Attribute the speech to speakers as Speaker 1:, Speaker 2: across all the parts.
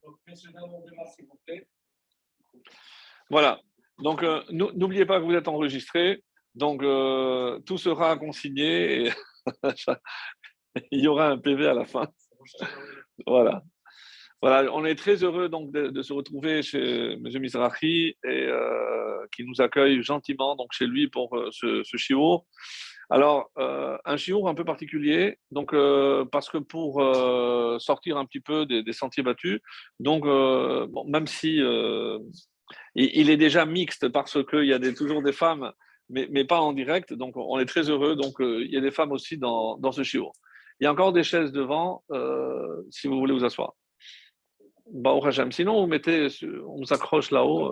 Speaker 1: Voilà. Donc, n'oubliez pas que vous êtes enregistré. Donc, tout sera consigné et il y aura un PV à la fin. Voilà. Voilà, on est très heureux donc de se retrouver chez M. Mizrahi et qui nous accueille gentiment donc chez lui pour ce shiur. Alors, un shiur un peu particulier, donc parce que pour sortir un petit peu des sentiers battus, donc bon, même si il est déjà mixte parce qu'il y a toujours des femmes, mais pas en direct, donc on est très heureux. Donc il y a des femmes aussi dans ce shiur. Il y a encore des chaises devant, si vous voulez vous asseoir. Baruch Hashem. Sinon, on vous accroche là-haut.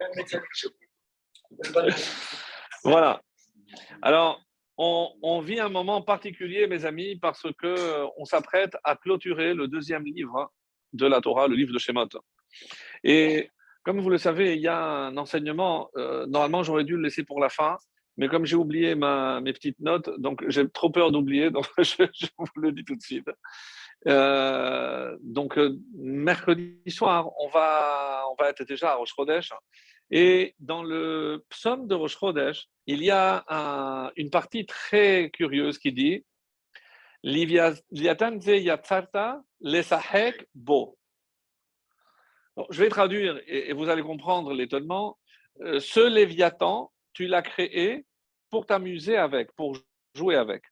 Speaker 1: Voilà. Alors, on vit un moment particulier, mes amis, parce que on s'apprête à clôturer le deuxième livre de la Torah, le livre de Shemot. Et comme vous le savez, il y a un enseignement. Normalement, j'aurais dû le laisser pour la fin, mais comme j'ai oublié mes petites notes, donc j'ai trop peur d'oublier, donc je vous le dis tout de suite. Donc, mercredi soir, on va être déjà à Rosh Chodesh. Et dans le psaume de Rosh Chodesh, il y a une partie très curieuse qui dit Livyatan ze yatzarta lesahek bo. Je vais traduire et vous allez comprendre l'étonnement. Ce Léviathan, tu l'as créé pour t'amuser avec, pour jouer avec.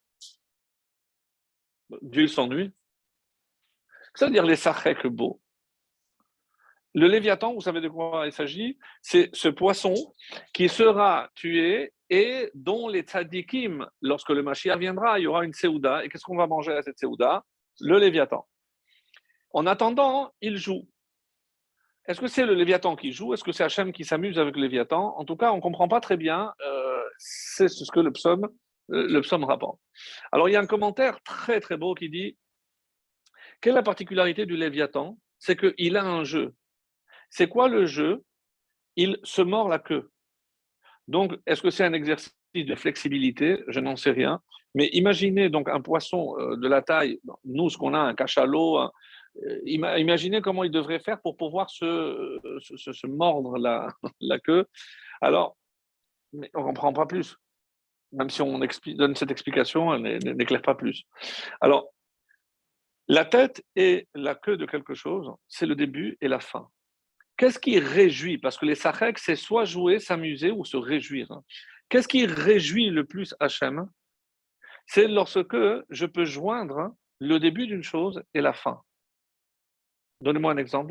Speaker 1: Dieu s'ennuie. Ça veut dire les sachek beaux. Le Léviathan, vous savez de quoi il s'agit? C'est ce poisson qui sera tué et dont les tzadikim, lorsque le Mashiach viendra, il y aura une séouda. Et qu'est-ce qu'on va manger à cette séouda? Le Léviathan. En attendant, il joue. Est-ce que c'est le Léviathan qui joue? Est-ce que c'est Hachem qui s'amuse avec le Léviathan? En tout cas, on ne comprend pas très bien. C'est ce que le psaume rapporte. Alors, il y a un commentaire très très beau qui dit quelle est la particularité du Léviathan? C'est qu'il a un jeu. C'est quoi le jeu? Il se mord la queue. Donc, est-ce que c'est un exercice de flexibilité? Je n'en sais rien. Mais imaginez donc un poisson de la taille, nous, ce qu'on a, un cachalot, imaginez comment il devrait faire pour pouvoir se mordre la queue. Alors, mais on ne comprend pas plus. Même si on donne cette explication, elle n'éclaire pas plus. Alors, la tête et la queue de quelque chose, c'est le début et la fin. Qu'est-ce qui réjouit? Parce que les sachek, c'est soit jouer, s'amuser ou se réjouir. Qu'est-ce qui réjouit le plus Hachem? C'est lorsque je peux joindre le début d'une chose et la fin. Donnez-moi un exemple.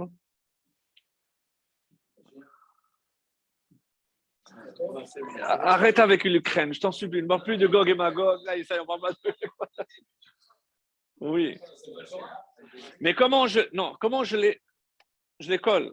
Speaker 1: Arrête avec l'Ukraine, je t'en supplie. Ne parle plus de Gog et Magog. Là, ça, on va pas... Oui. Mais comment je les colle?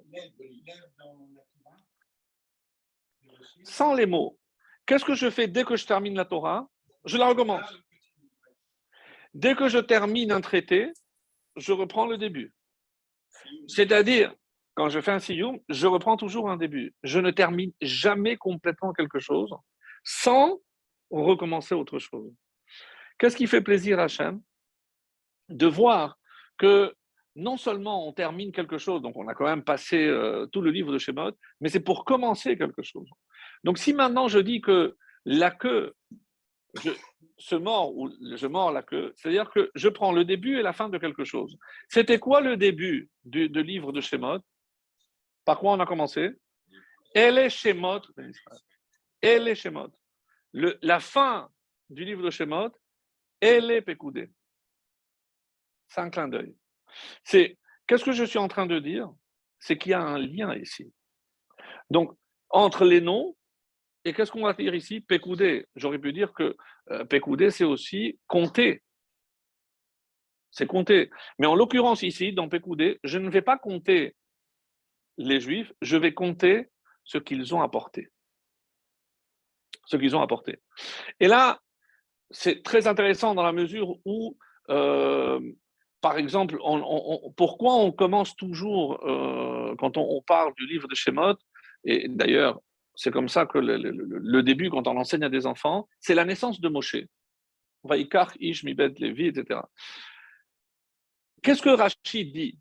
Speaker 1: Sans les mots. Qu'est-ce que je fais dès que je termine la Torah? Je la recommence. Dès que je termine un traité, je reprends le début. C'est-à-dire, quand je fais un siyum, je reprends toujours un début. Je ne termine jamais complètement quelque chose sans recommencer autre chose. Qu'est-ce qui fait plaisir à Hachem? De voir que non seulement on termine quelque chose, donc on a quand même passé tout le livre de Shemot, mais c'est pour commencer quelque chose. Donc si maintenant je dis que la queue se mord ou je mords la queue, c'est-à-dire que je prends le début et la fin de quelque chose. C'était quoi le début du livre de Shemot? Par quoi on a commencé? Elle Shemot. Elle Shemot. La fin du livre de Shemot, elle est Pekoudé. C'est un clin d'œil. Qu'est-ce que je suis en train de dire? C'est qu'il y a un lien ici. Donc, entre les noms, et qu'est-ce qu'on va dire ici? Pekoudé. J'aurais pu dire que Pekoudé, c'est aussi compter. C'est compter. Mais en l'occurrence ici, dans Pekoudé, je ne vais pas compter les Juifs, je vais compter ce qu'ils ont apporté. Ce qu'ils ont apporté. Et là, c'est très intéressant dans la mesure où, par exemple, pourquoi on commence toujours, quand on parle du livre de Shemot, et d'ailleurs, c'est comme ça que le début, quand on enseigne à des enfants, c'est la naissance de Moshe. Vaikach, Ish, Mibed, Lévi, etc. Qu'est-ce que Rachid dit?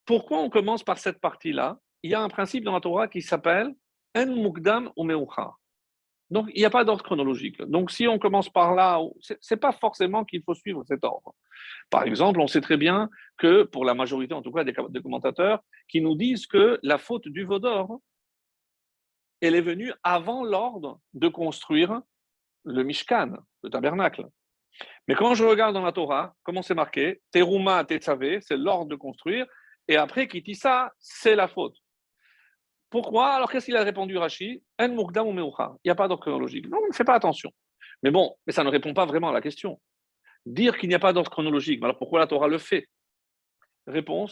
Speaker 1: Pourquoi on commence par cette partie-là? Il y a un principe dans la Torah qui s'appelle En Mukdam ou Meuchar. Donc, il n'y a pas d'ordre chronologique. Donc, si on commence par là, ce n'est pas forcément qu'il faut suivre cet ordre. Par exemple, on sait très bien que, pour la majorité, en tout cas, des commentateurs, qui nous disent que la faute du veau d'or, elle est venue avant l'ordre de construire le Mishkan, le tabernacle. Mais quand je regarde dans la Torah, comment c'est marqué? Teruma tetzavé, c'est l'ordre de construire, et après, Kitissa, c'est la faute. Pourquoi? Alors, qu'est-ce qu'il a répondu Rashi? En mukdam ou meuchar. Il n'y a pas d'ordre chronologique. Non, on ne fait pas attention. Mais bon, mais ça ne répond pas vraiment à la question. Dire qu'il n'y a pas d'ordre chronologique, alors pourquoi la Torah le fait? Réponse,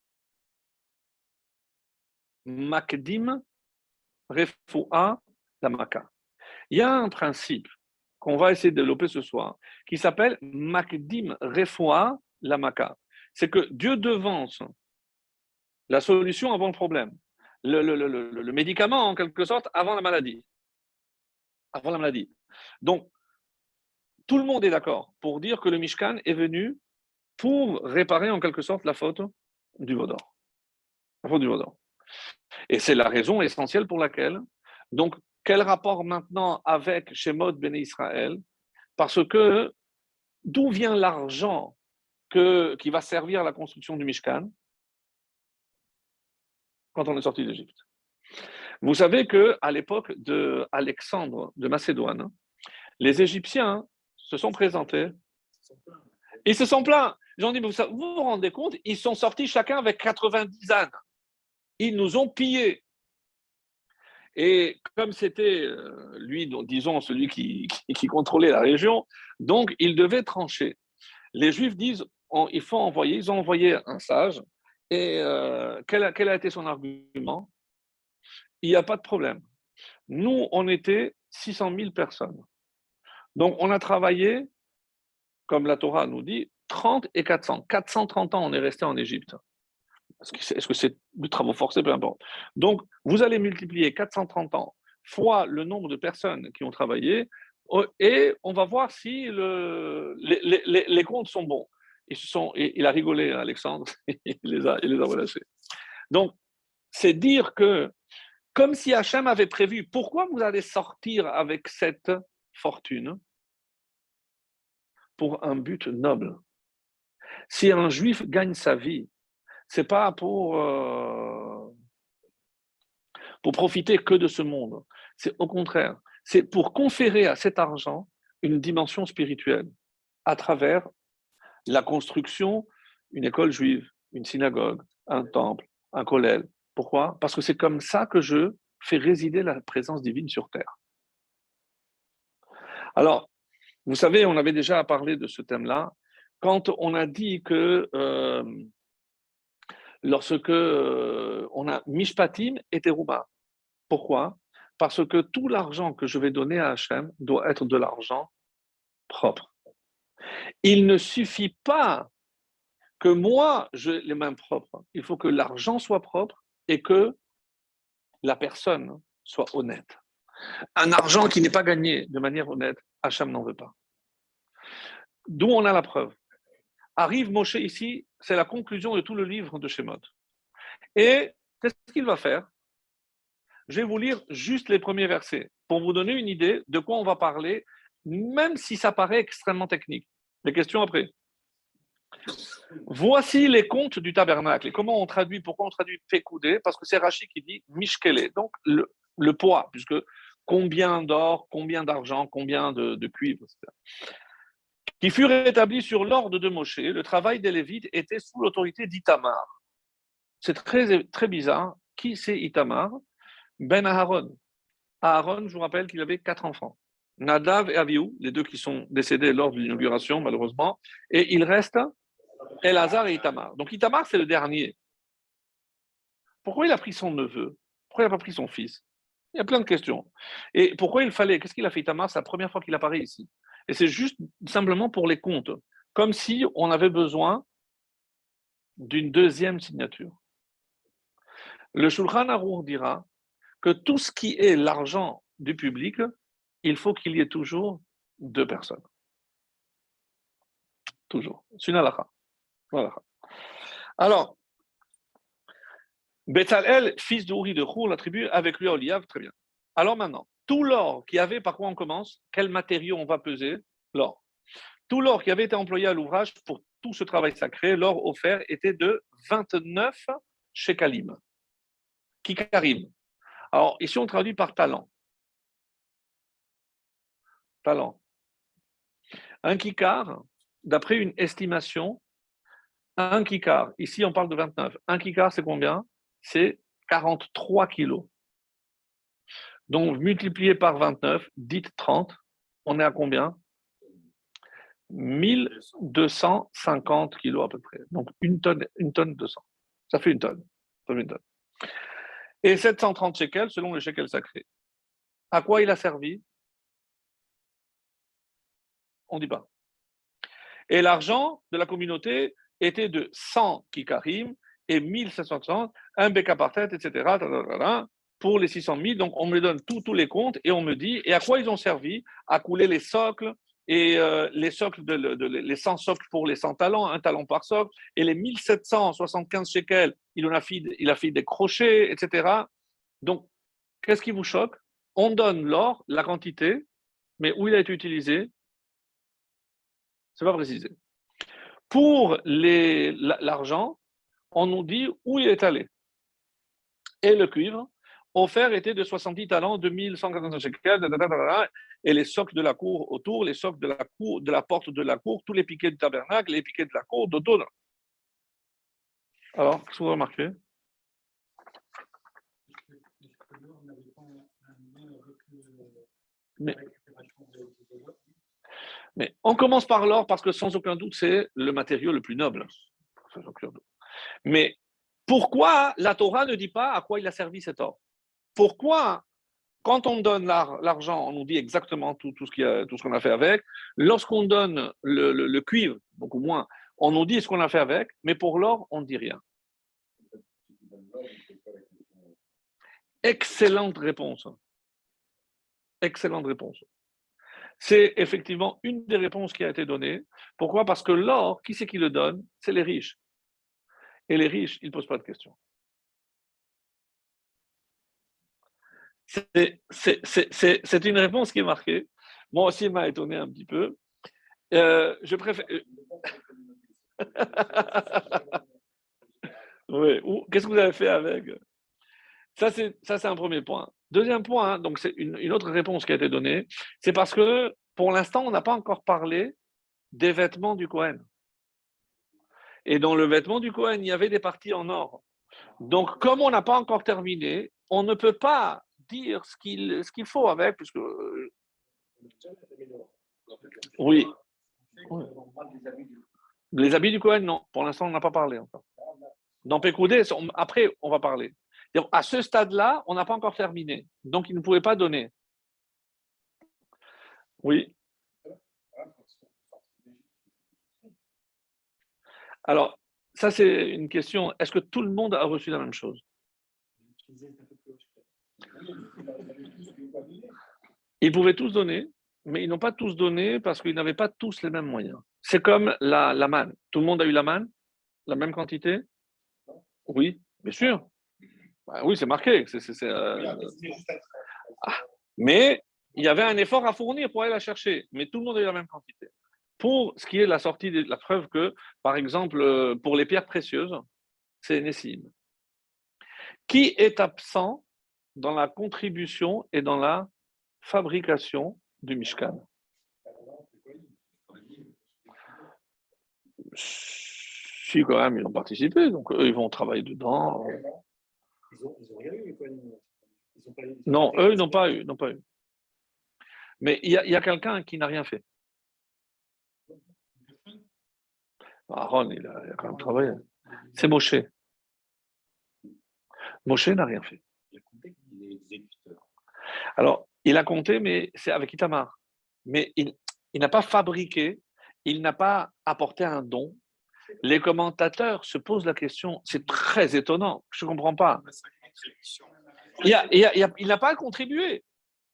Speaker 1: makdim refoua lamaka. Il y a un principe qu'on va essayer de développer ce soir qui s'appelle makdim refoua lamaka. C'est que Dieu devance la solution avant le problème. Le médicament, en quelque sorte, avant la maladie. Avant la maladie. Donc, tout le monde est d'accord pour dire que le Mishkan est venu pour réparer, en quelque sorte, la faute du veau d'or. La faute du veau d'or. Et c'est la raison essentielle pour laquelle, donc, quel rapport maintenant avec Shemot Béné Israël? Parce que d'où vient l'argent qui va servir à la construction du Mishkan quand on est sorti d'Égypte? Vous savez qu'à l'époque d'Alexandre de Macédoine, les Égyptiens se sont présentés. Ils se sont plaints. Ils ont dit, vous vous rendez compte, ils sont sortis chacun avec 90 ânes. Ils nous ont pillés. Et comme c'était lui, disons, celui qui contrôlait la région, donc il devait trancher. Les Juifs disent, il faut envoyer, ils ont envoyé un sage. Et quel a été son argument? Il n'y a pas de problème. Nous, on était 600 000 personnes. Donc, on a travaillé, comme la Torah nous dit, 30 et 400. 430 ans, on est resté en Égypte. Est-ce que c'est du travail forcé? Peu importe. Donc, vous allez multiplier 430 ans fois le nombre de personnes qui ont travaillé et on va voir si les comptes sont bons. Il a rigolé, Alexandre, il les a relâchés. Donc, c'est dire que, comme si Hachem avait prévu, pourquoi vous allez sortir avec cette fortune? Pour un but noble. Si un juif gagne sa vie, c'est pas pour profiter que de ce monde. C'est au contraire, c'est pour conférer à cet argent une dimension spirituelle à travers la construction d'une école juive, une synagogue, un temple, un kollel. Pourquoi? Parce que c'est comme ça que je fais résider la présence divine sur terre. Alors, vous savez, on avait déjà parlé de ce thème-là quand on a dit que lorsque on a Mishpatim et Teruma. Pourquoi? Parce que tout l'argent que je vais donner à Hachem doit être de l'argent propre. Il ne suffit pas que moi, j'ai les mains propres. Il faut que l'argent soit propre et que la personne soit honnête. Un argent qui n'est pas gagné de manière honnête, Hachem n'en veut pas. D'où on a la preuve. Arrive Moshe ici, c'est la conclusion de tout le livre de Shemot. Et qu'est-ce qu'il va faire? Je vais vous lire juste les premiers versets pour vous donner une idée de quoi on va parler, même si ça paraît extrêmement technique. Les questions après. Voici les comptes du tabernacle. Et comment on traduit? Pourquoi on traduit Pekoudé? Parce que c'est Rachi qui dit Mishkele, donc le poids, puisque combien d'or, combien d'argent, combien de cuivre, etc. Qui furent établis sur l'ordre de Moshe, le travail des Lévites était sous l'autorité d'Itamar. C'est très, très bizarre. Qui c'est Itamar? Ben Aaron. Aaron, je vous rappelle qu'il avait 4 enfants. Nadav et Avihu, les deux qui sont décédés lors de l'inauguration, malheureusement. Et il reste Elazar et Itamar. Donc Itamar, c'est le dernier. Pourquoi il a pris son neveu? Pourquoi il n'a pas pris son fils? Il y a plein de questions. Et pourquoi il fallait? Qu'est-ce qu'il a fait Itamar? C'est la première fois qu'il apparaît ici. Et c'est juste simplement pour les comptes. Comme si on avait besoin d'une deuxième signature. Le Shulchan Aruch dira que tout ce qui est l'argent du public, il faut qu'il y ait toujours 2 personnes. Toujours. C'est une halakha. Voilà. Alors, Betzalel, fils d'Uri de Chour, l'attribue avec lui à Oliav, très bien. Alors maintenant, tout l'or qui avait, par quoi on commence? Quel matériau on va peser? L'or. Tout l'or qui avait été employé à l'ouvrage pour tout ce travail sacré, l'or offert était de 29 shekalim. Kikarim. Alors, ici, on traduit par talent. Talent. Un kikar, d'après une estimation, un kikar, ici, on parle de 29. Un kikar, c'est combien? C'est 43 kilos. Donc, multiplié par 29, dites 30, on est à combien? 1250 kilos à peu près. Donc, une tonne 200. Ça fait une tonne. Ça fait une tonne. Et 730 shekels selon le shekel sacré. À quoi il a servi? On ne dit pas. Et l'argent de la communauté était de 100 kikarim et 1760, un béka par tête, etc. Pour les 600 000. Donc, on me donne tous les comptes et on me dit, et à quoi ils ont servi? À couler les socles et les socles, les 100 socles pour les 100 talents, un talent par socle, et les 1775 shekels, il a fait des crochets, etc. Donc, qu'est-ce qui vous choque? On donne l'or, la quantité, mais où il a été utilisé, c'est pas précisé. Pour l'argent, on nous dit où il est allé. Et le cuivre, offert était de 70 talents, 2145 shekels, et les socles de la cour autour, les socles de la cour, de la porte de la cour, tous les piquets du tabernacle, les piquets de la cour, d'auto. Alors, qu'est-ce que vous remarquez? Mais on commence par l'or parce que sans aucun doute, c'est le matériau le plus noble. Mais pourquoi la Torah ne dit pas à quoi il a servi cet or? Pourquoi, quand on donne l'argent, on nous dit exactement tout ce qu'on a fait avec. Lorsqu'on donne le cuivre, beaucoup moins, on nous dit ce qu'on a fait avec, mais pour l'or, on ne dit rien. Excellente réponse. Excellente réponse. C'est effectivement une des réponses qui a été donnée. Pourquoi? Parce que l'or, qui c'est qui le donne? C'est les riches. Et les riches, ils ne posent pas de questions. C'est une réponse qui est marquée. Moi aussi, elle m'a étonné un petit peu. Je préfère. Oui. Qu'est-ce que vous avez fait avec? Ça, c'est un premier point. Deuxième point, donc c'est une autre réponse qui a été donnée. C'est parce que pour l'instant, on n'a pas encore parlé des vêtements du Cohen. Et dans le vêtement du Cohen, il y avait des parties en or. Donc, comme on n'a pas encore terminé, on ne peut pas dire ce qu'il faut avec, puisque. Oui. Les habits du Cohen, non. Pour l'instant, on n'a pas parlé encore. Dans Pécoudé, après, on va parler. À ce stade-là, on n'a pas encore terminé. Donc, il ne pouvait pas donner. Oui. Alors, ça, c'est une question. Est-ce que tout le monde a reçu la même chose? Ils pouvaient tous donner, mais ils n'ont pas tous donné parce qu'ils n'avaient pas tous les mêmes moyens. C'est comme la manne. Tout le monde a eu la manne? La même quantité? Oui, bien sûr. Bah oui, c'est marqué. Mais il y avait un effort à fournir pour aller la chercher. Mais tout le monde a eu la même quantité. Pour ce qui est de la sortie de la preuve que, par exemple, pour les pierres précieuses, c'est Nessim. Qui est absent dans la contribution et dans la fabrication du Mishkan? Si, quand même, ils ont participé, donc eux, ils vont travailler dedans.
Speaker 2: Ils ont rien eu, quoi.
Speaker 1: Non, eux, ils n'ont pas eu. Mais il y a quelqu'un qui n'a rien fait. Aaron, il a quand même travaillé. C'est Moshe. Moshe n'a rien fait.
Speaker 2: Il a compté les exécuteurs.
Speaker 1: Alors, il a compté, mais c'est avec Itamar. Mais il n'a pas fabriqué, il n'a pas apporté un don. Les commentateurs se posent la question, c'est très étonnant, je ne comprends pas. Il n'a pas contribué.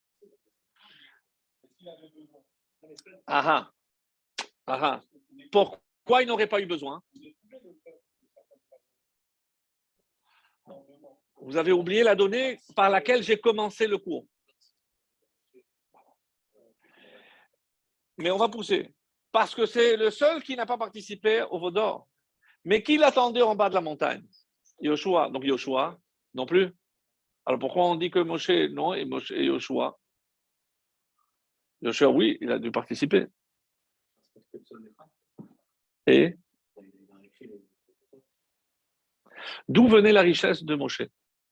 Speaker 1: Ah ah. Pourquoi il n'aurait pas eu besoin? Vous avez oublié la donnée par laquelle j'ai commencé le cours. Mais on va pousser. Parce que c'est le seul qui n'a pas participé au veau d'or. Mais qui l'attendait en bas de la montagne? Yoshua. Donc Yoshua, non plus. Alors pourquoi on dit que Moshe, non, et Moshe et Yoshua? Yoshua, oui, il a dû participer. Et d'où venait la richesse de Moshe?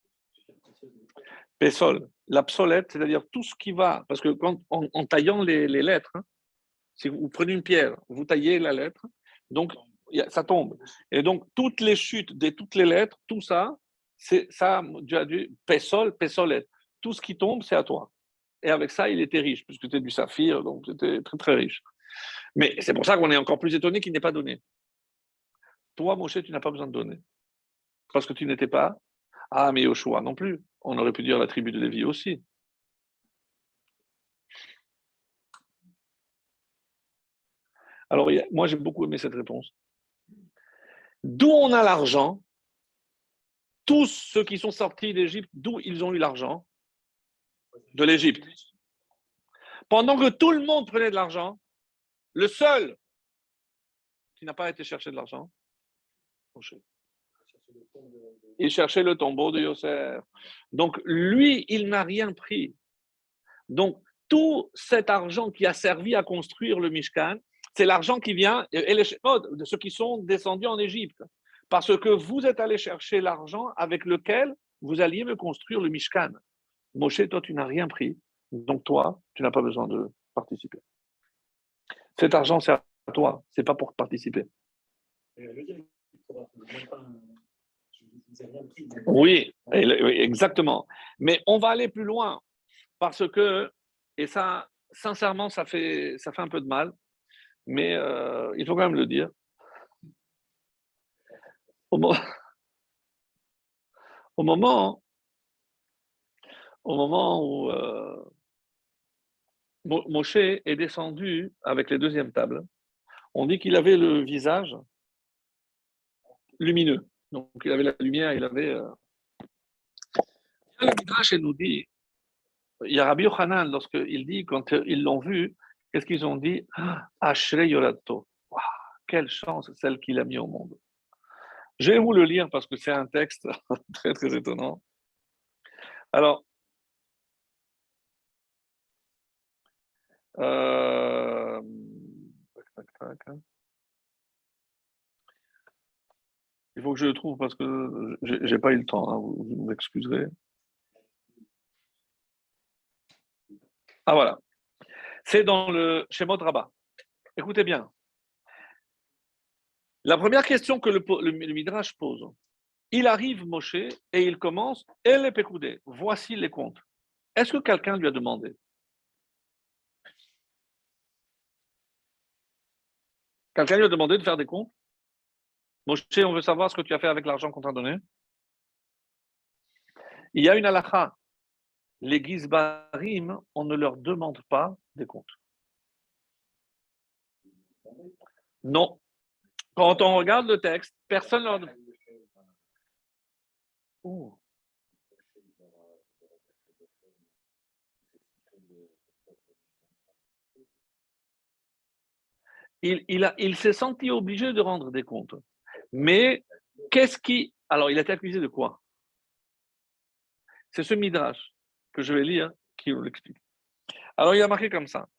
Speaker 1: Pésol, l'obsolète, c'est-à-dire tout ce qui va, parce que quand, en taillant les lettres, hein, si vous prenez une pierre, vous taillez la lettre, donc ça tombe. Et donc toutes les chutes de toutes les lettres, tout ça, c'est ça, Dieu a dit, Pésol, Pésolette. Tout ce qui tombe, c'est à toi. Et avec ça, il était riche, puisque c'était du saphir, donc c'était très très riche. Mais c'est pour ça qu'on est encore plus étonné qu'il n'ait pas donné. Toi, Moshe, tu n'as pas besoin de donner. Parce que tu n'étais pas. Ah, mais Yoshua non plus. On aurait pu dire la tribu de Lévi aussi. Alors, moi, j'ai beaucoup aimé cette réponse. D'où on a l'argent? Tous ceux qui sont sortis d'Égypte, d'où ils ont eu l'argent? De l'Égypte. Pendant que tout le monde prenait de l'argent, le seul qui n'a pas été chercher de l'argent, il cherchait le tombeau de Yosef. Donc, lui, il n'a rien pris. Donc, tout cet argent qui a servi à construire le Mishkan, c'est l'argent qui vient, et les de ceux qui sont descendus en Égypte. Parce que vous êtes allé chercher l'argent avec lequel vous alliez me construire le Mishkan. Moshe, toi, tu n'as rien pris. Donc, toi, tu n'as pas besoin de participer. Cet argent, c'est à toi. C'est pas pour participer. Oui, exactement. Mais on va aller plus loin. Parce que, et ça, sincèrement, ça fait un peu de mal, mais il faut quand même le dire. Au, mo- au moment où Moshe est descendu avec les deuxièmes tables, on dit qu'il avait le visage lumineux. Donc, il avait la lumière, il avait. Le Midrash nous dit, il y a Rabbi Yochanan, lorsqu'il dit, quand ils l'ont vu, qu'est-ce qu'ils ont dit? Ashrei Yorato. Wow, quelle chance, celle qu'il a mis au monde. Je vais vous le lire parce que c'est un texte très, très étonnant. Alors, euh, il faut que je le trouve parce que j'ai pas eu le temps, hein, vous m'excuserez. Ah voilà, c'est dans le Shemot Rabbah. Écoutez bien. La première question que le Midrash pose, il arrive Moshe et il commence, et les Pekoudé, voici les comptes. Est-ce que quelqu'un lui a demandé? Quelqu'un lui a demandé de faire des comptes? Moshe, on veut savoir ce que tu as fait avec l'argent qu'on t'a donné. Il y a une halakha. Les Gizbarim, on ne leur demande pas des comptes. Non. Quand on regarde le texte, personne ne leur demande. Oh. Il s'est senti obligé de rendre des comptes. Mais qu'est-ce qui. Alors, il a été accusé de quoi? C'est ce Midrash que je vais lire qui vous l'explique. Alors, il a marqué comme ça.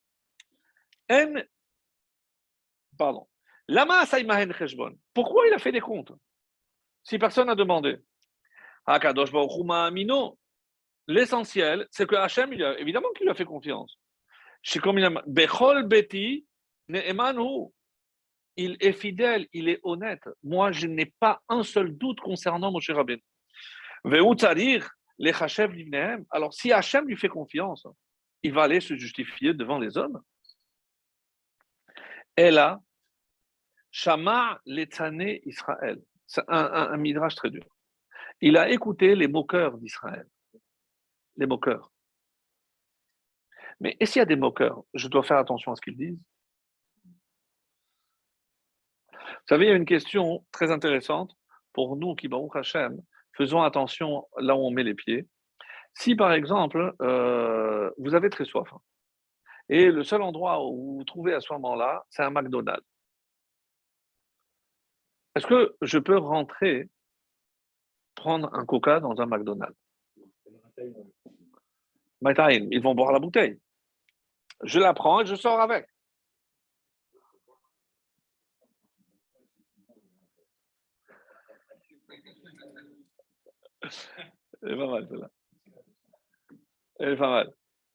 Speaker 1: Pardon. Lama Saïmahen Cheshbon. Pourquoi il a fait des comptes si personne n'a demandé? Hakadosh Baruch Hu Ma'amino. L'essentiel, c'est que Hachem, évidemment qu'il lui a fait confiance. Comme il a Bechol Beti Ne'emanu. Il est fidèle, il est honnête. Moi, je n'ai pas un seul doute concernant Moshe Rabbeinu. Alors, si Hachem lui fait confiance, il va aller se justifier devant les hommes. Et là, Shama Letzane Israël. C'est un midrash très dur. Il a écouté les moqueurs d'Israël. Les moqueurs. Mais et s'il y a des moqueurs, je dois faire attention à ce qu'ils disent. Vous savez, il y a une question très intéressante pour nous qui, Baruch Hashem, faisons attention là où on met les pieds. Si par exemple, vous avez très soif, hein, et le seul endroit où vous vous trouvez à ce moment-là, c'est un McDonald's. Est-ce que je peux rentrer, prendre un coca dans un McDonald's? Maïtaïn, ils vont boire la bouteille. Je la prends et je sors avec. Elle est pas mal, celle-là. Elle est pas mal.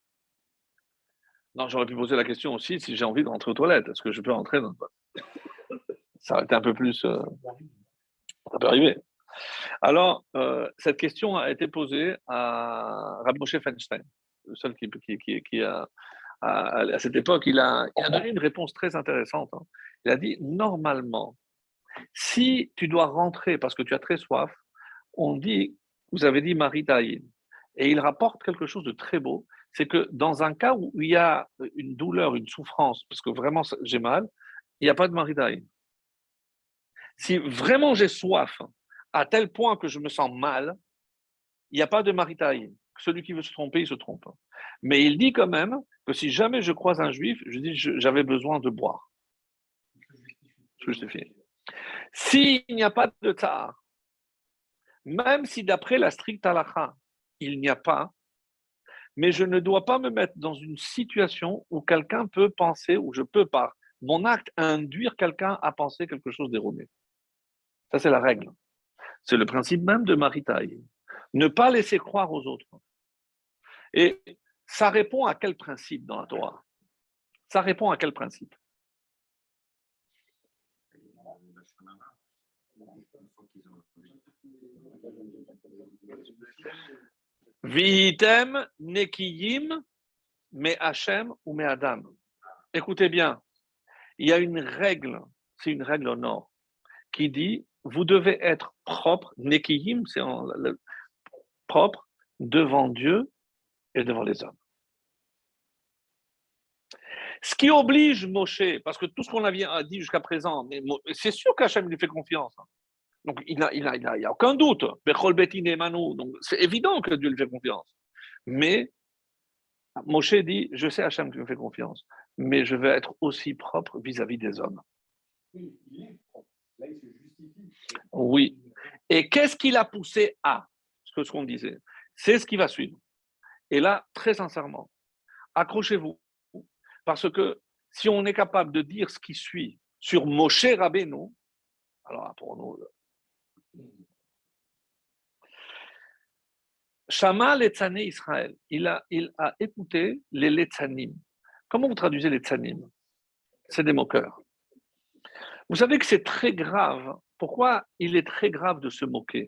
Speaker 1: Non, j'aurais pu poser la question aussi si j'ai envie de rentrer aux toilettes. Est-ce que je peux rentrer dans... Ça aurait été un peu plus... ça peut arriver. Alors, cette question a été posée à Rabbi Moshe Feinstein, le seul qui a, à cette époque, il a donné une réponse très intéressante, hein. Il a dit, normalement, si tu dois rentrer parce que tu as très soif, on dit, vous avez dit Maritaïn. Et il rapporte quelque chose de très beau, c'est que dans un cas où il y a une douleur, une souffrance, parce que vraiment j'ai mal, il n'y a pas de Maritaïn. Si vraiment j'ai soif, à tel point que je me sens mal, il n'y a pas de Maritaïn. Celui qui veut se tromper, il se trompe. Mais il dit quand même que si jamais je croise un juif, je dis j'avais besoin de boire. Je justifie. S'il n'y a pas de tsar, même si d'après la stricte halakha, il n'y a pas, mais je ne dois pas me mettre dans une situation où quelqu'un peut penser, ou je peux par mon acte induire quelqu'un à penser quelque chose d'erroné. Ça, c'est la règle. C'est le principe même de Maritaï. Ne pas laisser croire aux autres. Et ça répond à quel principe dans la Torah? Ça répond à quel principe? Vitem nekiyim me Hachem ou me Adam. Écoutez bien, il y a une règle, c'est une règle au nord, qui dit vous devez être propre, nekiyim, c'est propre, devant Dieu et devant les hommes. Ce qui oblige Moshe, parce que tout ce qu'on a dit jusqu'à présent, mais c'est sûr qu'Hachem lui fait confiance. Donc il n'y a aucun doute. Donc c'est évident que Dieu lui fait confiance. Mais Moshe dit, je sais Hachem qui me fait confiance, mais je veux être aussi propre vis-à-vis des hommes. Oui. Et qu'est-ce qui l'a poussé à ce qu'on disait? C'est ce qui va suivre. Et là, très sincèrement, accrochez-vous, parce que si on est capable de dire ce qui suit sur Moshe Rabbeinu, alors pour nous, Shama Letzané Israël, il a écouté les Letzanim. Comment vous traduisez Letzanim? C'est des moqueurs. Vous savez que c'est très grave. Pourquoi il est très grave de se moquer?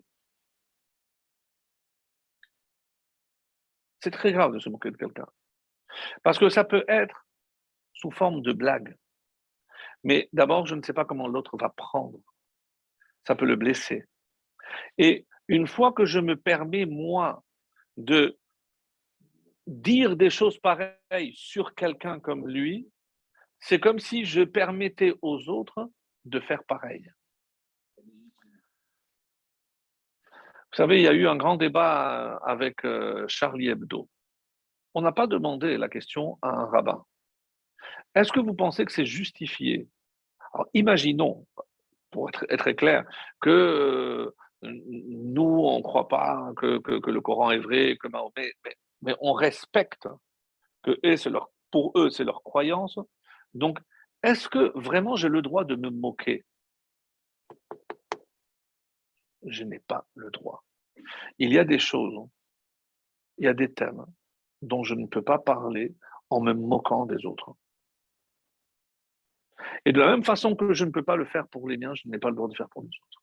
Speaker 1: C'est très grave de se moquer de quelqu'un. Parce que ça peut être sous forme de blague. Mais d'abord, je ne sais pas comment l'autre va prendre. Ça peut le blesser. Et une fois que je me permets, moi, de dire des choses pareilles sur quelqu'un comme lui, c'est comme si je permettais aux autres de faire pareil. Vous savez, il y a eu un grand débat avec Charlie Hebdo. On n'a pas demandé la question à un rabbin. Est-ce que vous pensez que c'est justifié? Alors, imaginons, pour être très clair, que nous, on ne croit pas que le Coran est vrai, que Mahomet, mais on respecte que pour eux, c'est leur croyance. Donc, est-ce que vraiment j'ai le droit de me moquer? Je n'ai pas le droit. Il y a des choses, il y a des thèmes dont je ne peux pas parler en me moquant des autres. Et de la même façon que je ne peux pas le faire pour les miens, je n'ai pas le droit de faire pour les autres.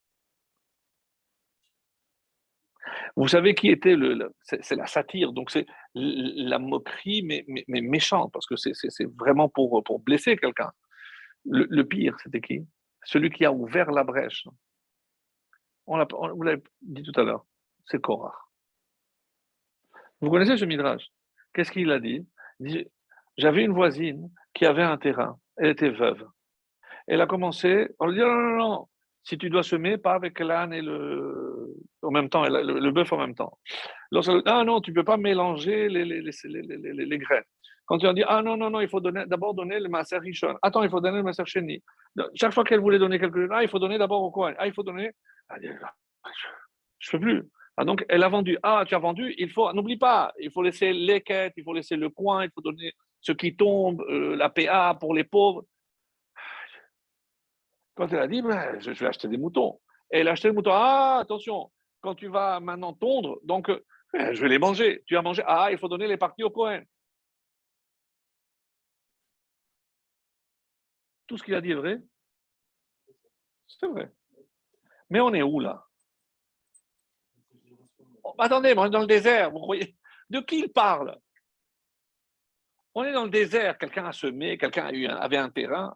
Speaker 1: Vous savez qui était c'est la satire, donc c'est la moquerie, mais méchante, parce que c'est vraiment pour blesser quelqu'un. Le pire, c'était qui? Celui qui a ouvert la brèche. Vous l'avez dit tout à l'heure, c'est Korah. Vous connaissez ce midrash? Qu'est-ce qu'il a dit? Il dit, j'avais une voisine qui avait un terrain, elle était veuve. Elle a commencé, on lui dit non, si tu dois semer, pas avec l'âne et en même temps, le bœuf en même temps. Ah non, tu ne peux pas mélanger les graines. Quand tu as dit, ah non, non, non, il faut d'abord donner le maaser rishon. Attends, il faut donner le maaser sheni. Chaque fois qu'elle voulait donner quelque chose, ah, il faut donner d'abord au Kohen. Ah, il faut donner. Ah, je ne peux plus. Ah, donc, elle a vendu. Ah, tu as vendu, il faut, n'oublie pas, il faut laisser les quêtes, il faut laisser le coin, il faut donner ce qui tombe, la PA pour les pauvres. Quand elle a dit, ben, je vais acheter des moutons. Et elle a acheté le mouton. Ah, attention, quand tu vas maintenant tondre, donc, je vais les manger. Tu as mangé. Ah, il faut donner les parties au Kohen. Tout ce qu'il a dit est vrai. C'est vrai. Mais on est où là? Oh, attendez, on est dans le désert. Vous croyez? De qui il parle? On est dans le désert. Quelqu'un a semé, quelqu'un avait un terrain.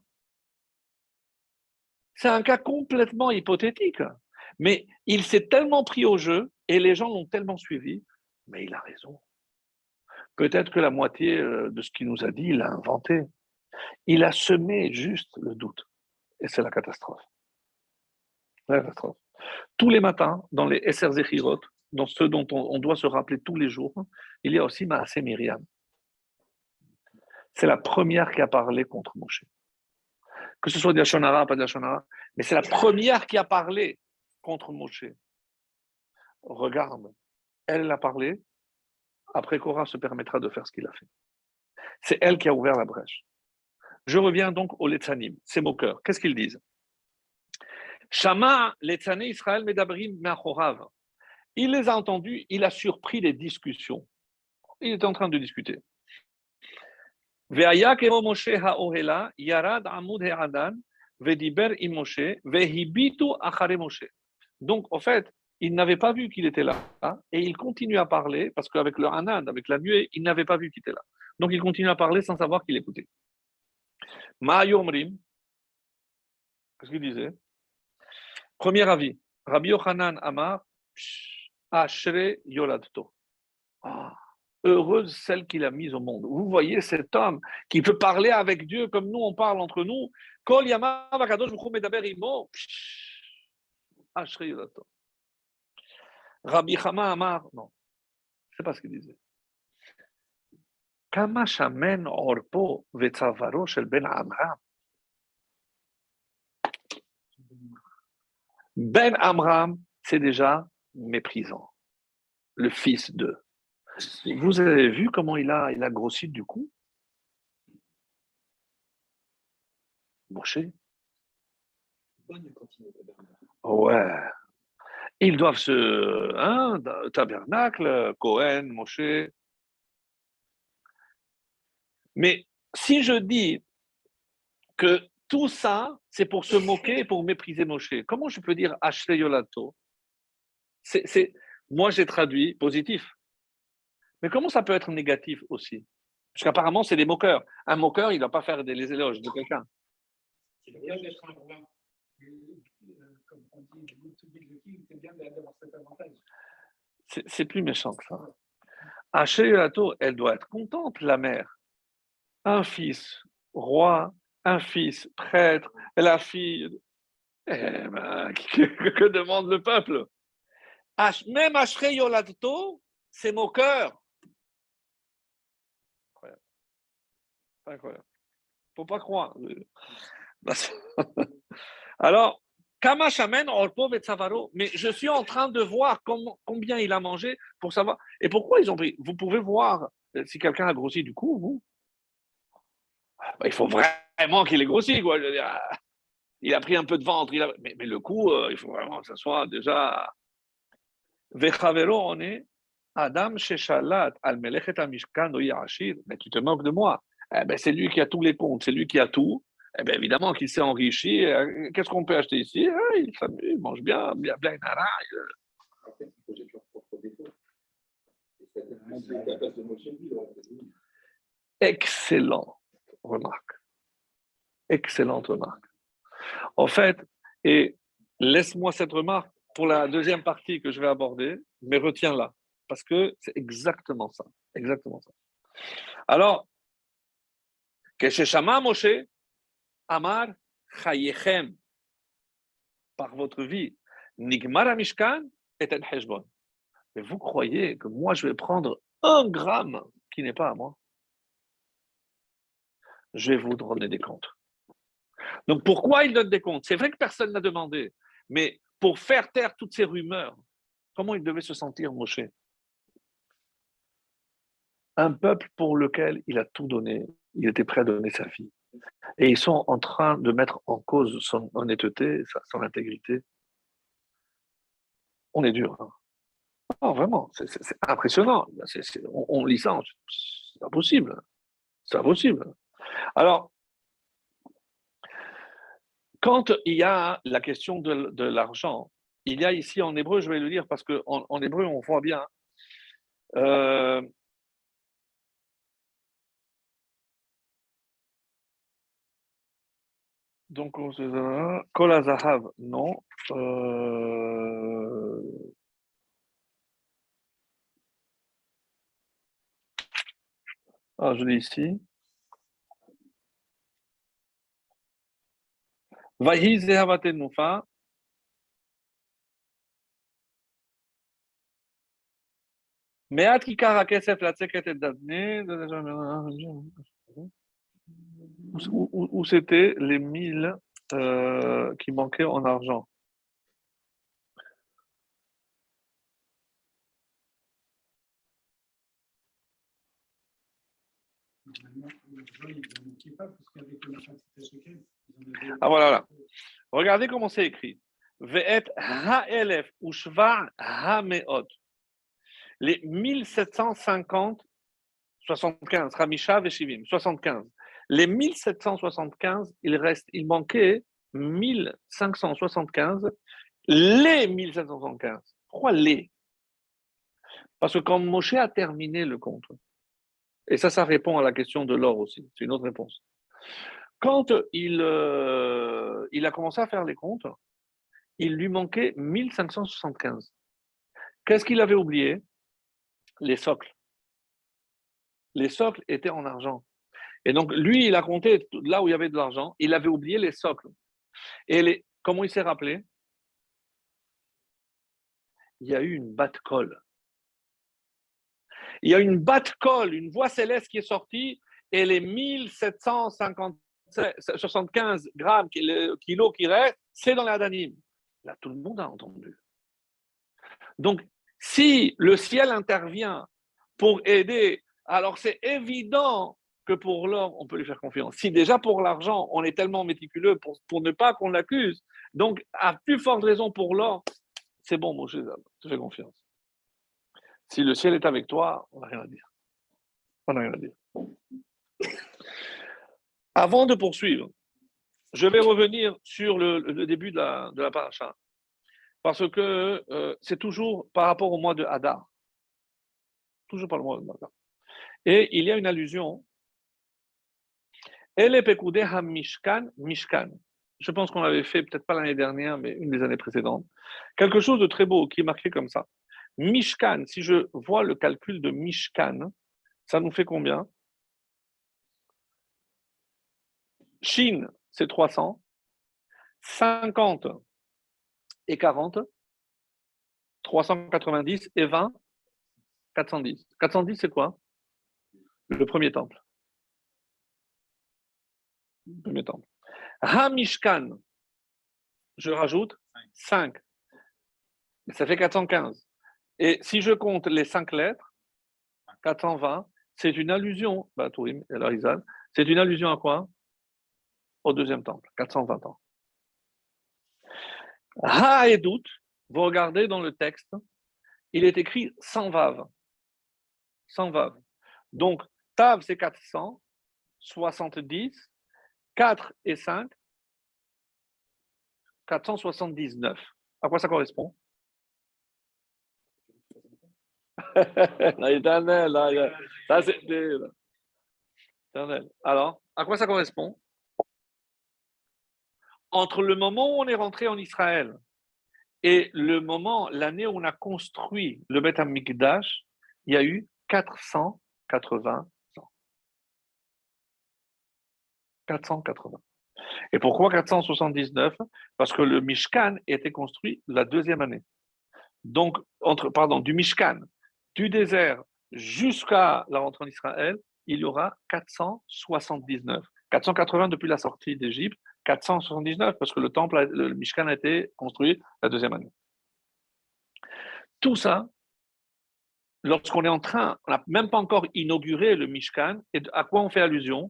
Speaker 1: C'est un cas complètement hypothétique. Mais il s'est tellement pris au jeu et les gens l'ont tellement suivi. Mais il a raison. Peut-être que la moitié de ce qu'il nous a dit, il a inventé. Il a semé juste le doute. Et c'est la catastrophe. La catastrophe. Tous les matins, dans les Esser Zechirot, dans ceux dont on doit se rappeler tous les jours, il y a aussi Maaseh Myriam. C'est la première qui a parlé contre Moshe. Que ce soit de la Shonara, pas de la Shonara, mais c'est la première qui a parlé contre Moshe. Regarde, elle a parlé, après Korah se permettra de faire ce qu'il a fait. C'est elle qui a ouvert la brèche. Je reviens donc aux Letzanim, ces moqueurs. Qu'est-ce qu'ils disent? Shama, Letzané Israël Medabrim Meachorav. Il les a entendus, il a surpris les discussions. Il était en train de discuter. Ve'aya kemo Moshe ha'ohela, yarad amud he'adan, ve'diber im Moshe, ve'hibitu achare Moshe. Donc, en fait, il n'avait pas vu qu'il était là, et il continue à parler, parce qu'avec le Hanan, avec la nuée, il n'avait pas vu qu'il était là. Donc, il continue à parler sans savoir qu'il écoutait. Ma'ayomrim, qu'est-ce qu'il disait? Premier avis, Rabbi Yochanan Amar, Ashre Yoladto. Heureuse celle qu'il a mise au monde. Vous voyez cet homme qui peut parler avec Dieu comme nous, on parle entre nous. Kol Yamav Akadosh Baruch Hu Medaber Imo. Ashre Yoladto. Rabbi Chama Amar, non, je ne sais pas ce qu'il disait. Kama shamen orpo vetzavaro shel ben Amram. Ben Amram, c'est déjà méprisant. Le fils de. Vous avez vu comment il a grossi du coup? Moshe? Ouais. Ils doivent tabernacle, Cohen, Moshe. Mais si je dis que tout ça, c'est pour se moquer et pour mépriser Moshe, comment je peux dire Ashrei Yolato? Moi, j'ai traduit positif. Mais comment ça peut être négatif aussi? Parce qu'apparemment, c'est des moqueurs. Un moqueur, il ne doit pas faire les éloges de quelqu'un.
Speaker 2: C'est bien d'être un roi. Comme on dit, c'est bien d'avoir cet avantage.
Speaker 1: C'est plus méchant que ça. Ashrei Yolato, elle doit être contente, la mère. Un fils roi, un fils prêtre, et la fille. Eh ben, que demande le peuple? Même Ashrei Yolato, c'est moqueur. Incroyable. Incroyable. Faut pas croire. Alors, Kama Shamen Orpo Vetsavaro, mais je suis en train de voir combien il a mangé pour savoir. Et pourquoi ils ont pris? Vous pouvez voir si quelqu'un a grossi du coup, vous. Il faut vraiment qu'il ait grossi, quoi. Je veux dire, il a pris un peu de ventre, mais le coup, il faut vraiment que ça soit déjà. Vechavero, on est Adam Sheshalat al Melechet al Mishkan Ashir. Mais tu te moques de moi. Eh ben, c'est lui qui a tous les comptes, c'est lui qui a tout. Eh bien, évidemment qu'il s'est enrichi. Qu'est-ce qu'on peut acheter ici? Il s'amuse, il mange bien, bien, bien. Excellente remarque. Excellente remarque. En fait, et laisse-moi cette remarque pour la deuxième partie que je vais aborder, mais retiens-la, parce que c'est exactement ça. Exactement ça. Alors, Kesheshama Moshe, Amar Chayechem, par votre vie, Nigmar Mishkan, Eten Heshbon. Mais vous croyez que moi, je vais prendre 1 gramme qui n'est pas à moi? Je vais vous donner des comptes. Donc, pourquoi il donne des comptes? C'est vrai que personne n'a demandé, mais pour faire taire toutes ces rumeurs, comment il devait se sentir, Moshe? Un peuple pour lequel il a tout donné, il était prêt à donner sa vie. Et ils sont en train de mettre en cause son honnêteté, son intégrité. On est dur. Hein. Non, vraiment, c'est impressionnant. On lit ça, c'est pas possible. C'est impossible. Alors, quand il y a la question de l'argent, il y a ici en hébreu, je vais le dire parce qu'en en hébreu, on voit bien. Euh, donc, Kol HaZahav, non. Je l'ai ici. Vahi Zehavatenu-fa. Me'at kikar hakesef latzeket et dadne. Où c'était les 1000 qui manquaient en argent?
Speaker 2: Normalement, l'argent, ils n'en manquaient pas, parce qu'avec le machin, c'était shekel.
Speaker 1: Ah voilà. Regardez comment c'est écrit. Ve'et ha'elef ushva ha'meot. Les 1750, 75, Ramisha Veshivim, 75. Les 1775, il manquait 1575. Les 1775. Pourquoi les? Parce que quand Moshe a terminé le compte, et ça répond à la question de l'or aussi, c'est une autre réponse. Quand il a commencé à faire les comptes, il lui manquait 1575. Qu'est-ce qu'il avait oublié? Les socles. Les socles étaient en argent. Et donc, lui, il a compté là où il y avait de l'argent. Il avait oublié les socles. Et comment il s'est rappelé? Il y a eu une batte-colle. Il y a une batte-colle, une voix céleste qui est sortie, et les 1775 grammes, kilos qui restent, c'est dans l'Adanim. Là, tout le monde a entendu. Donc, si le ciel intervient pour aider, alors c'est évident que pour l'or, on peut lui faire confiance. Si déjà pour l'argent, on est tellement méticuleux pour ne pas qu'on l'accuse, donc à plus forte raison pour l'or, c'est bon, mon cher, je te fais confiance. Si le ciel est avec toi, on n'a rien à dire. On n'a rien à dire. Avant de poursuivre, je vais revenir sur le début de la paracha. Parce que c'est toujours par rapport au mois de Hadar. Toujours par le mois de Hadar. Et il y a une allusion. Elle est Pekudeh Mishkan, Mishkan. Je pense qu'on l'avait fait, peut-être pas l'année dernière, mais une des années précédentes. Quelque chose de très beau qui est marqué comme ça. Mishkan, si je vois le calcul de Mishkan, ça nous fait combien? Shin, c'est 300. 50 et 40. 390 et 20, 410. 410, c'est quoi? Le premier temple. Le premier temple. Hamishkan, je rajoute 5. Ça fait 415. Et si je compte les 5 lettres, 420, c'est une allusion, c'est une allusion à quoi? Au deuxième temple, 420 ans. Ha et doute, vous regardez dans le texte, il est écrit sans vav. Sans vav. Donc, tav, c'est 470, 4 et 5, 479. À quoi ça correspond? Éternel, ça c'est éternel. Alors, à quoi ça correspond? Entre le moment où on est rentré en Israël et l'année où on a construit le Beth Amikdash, il y a eu 480 ans. 480. Et pourquoi 479? Parce que le Mishkan était construit la deuxième année. Donc, du Mishkan, du désert jusqu'à la rentrée en Israël, il y aura 479. 480 depuis la sortie d'Égypte, 479 parce que le Mishkan a été construit la deuxième année. Tout ça, lorsqu'on est on n'a même pas encore inauguré le Mishkan, et à quoi on fait allusion?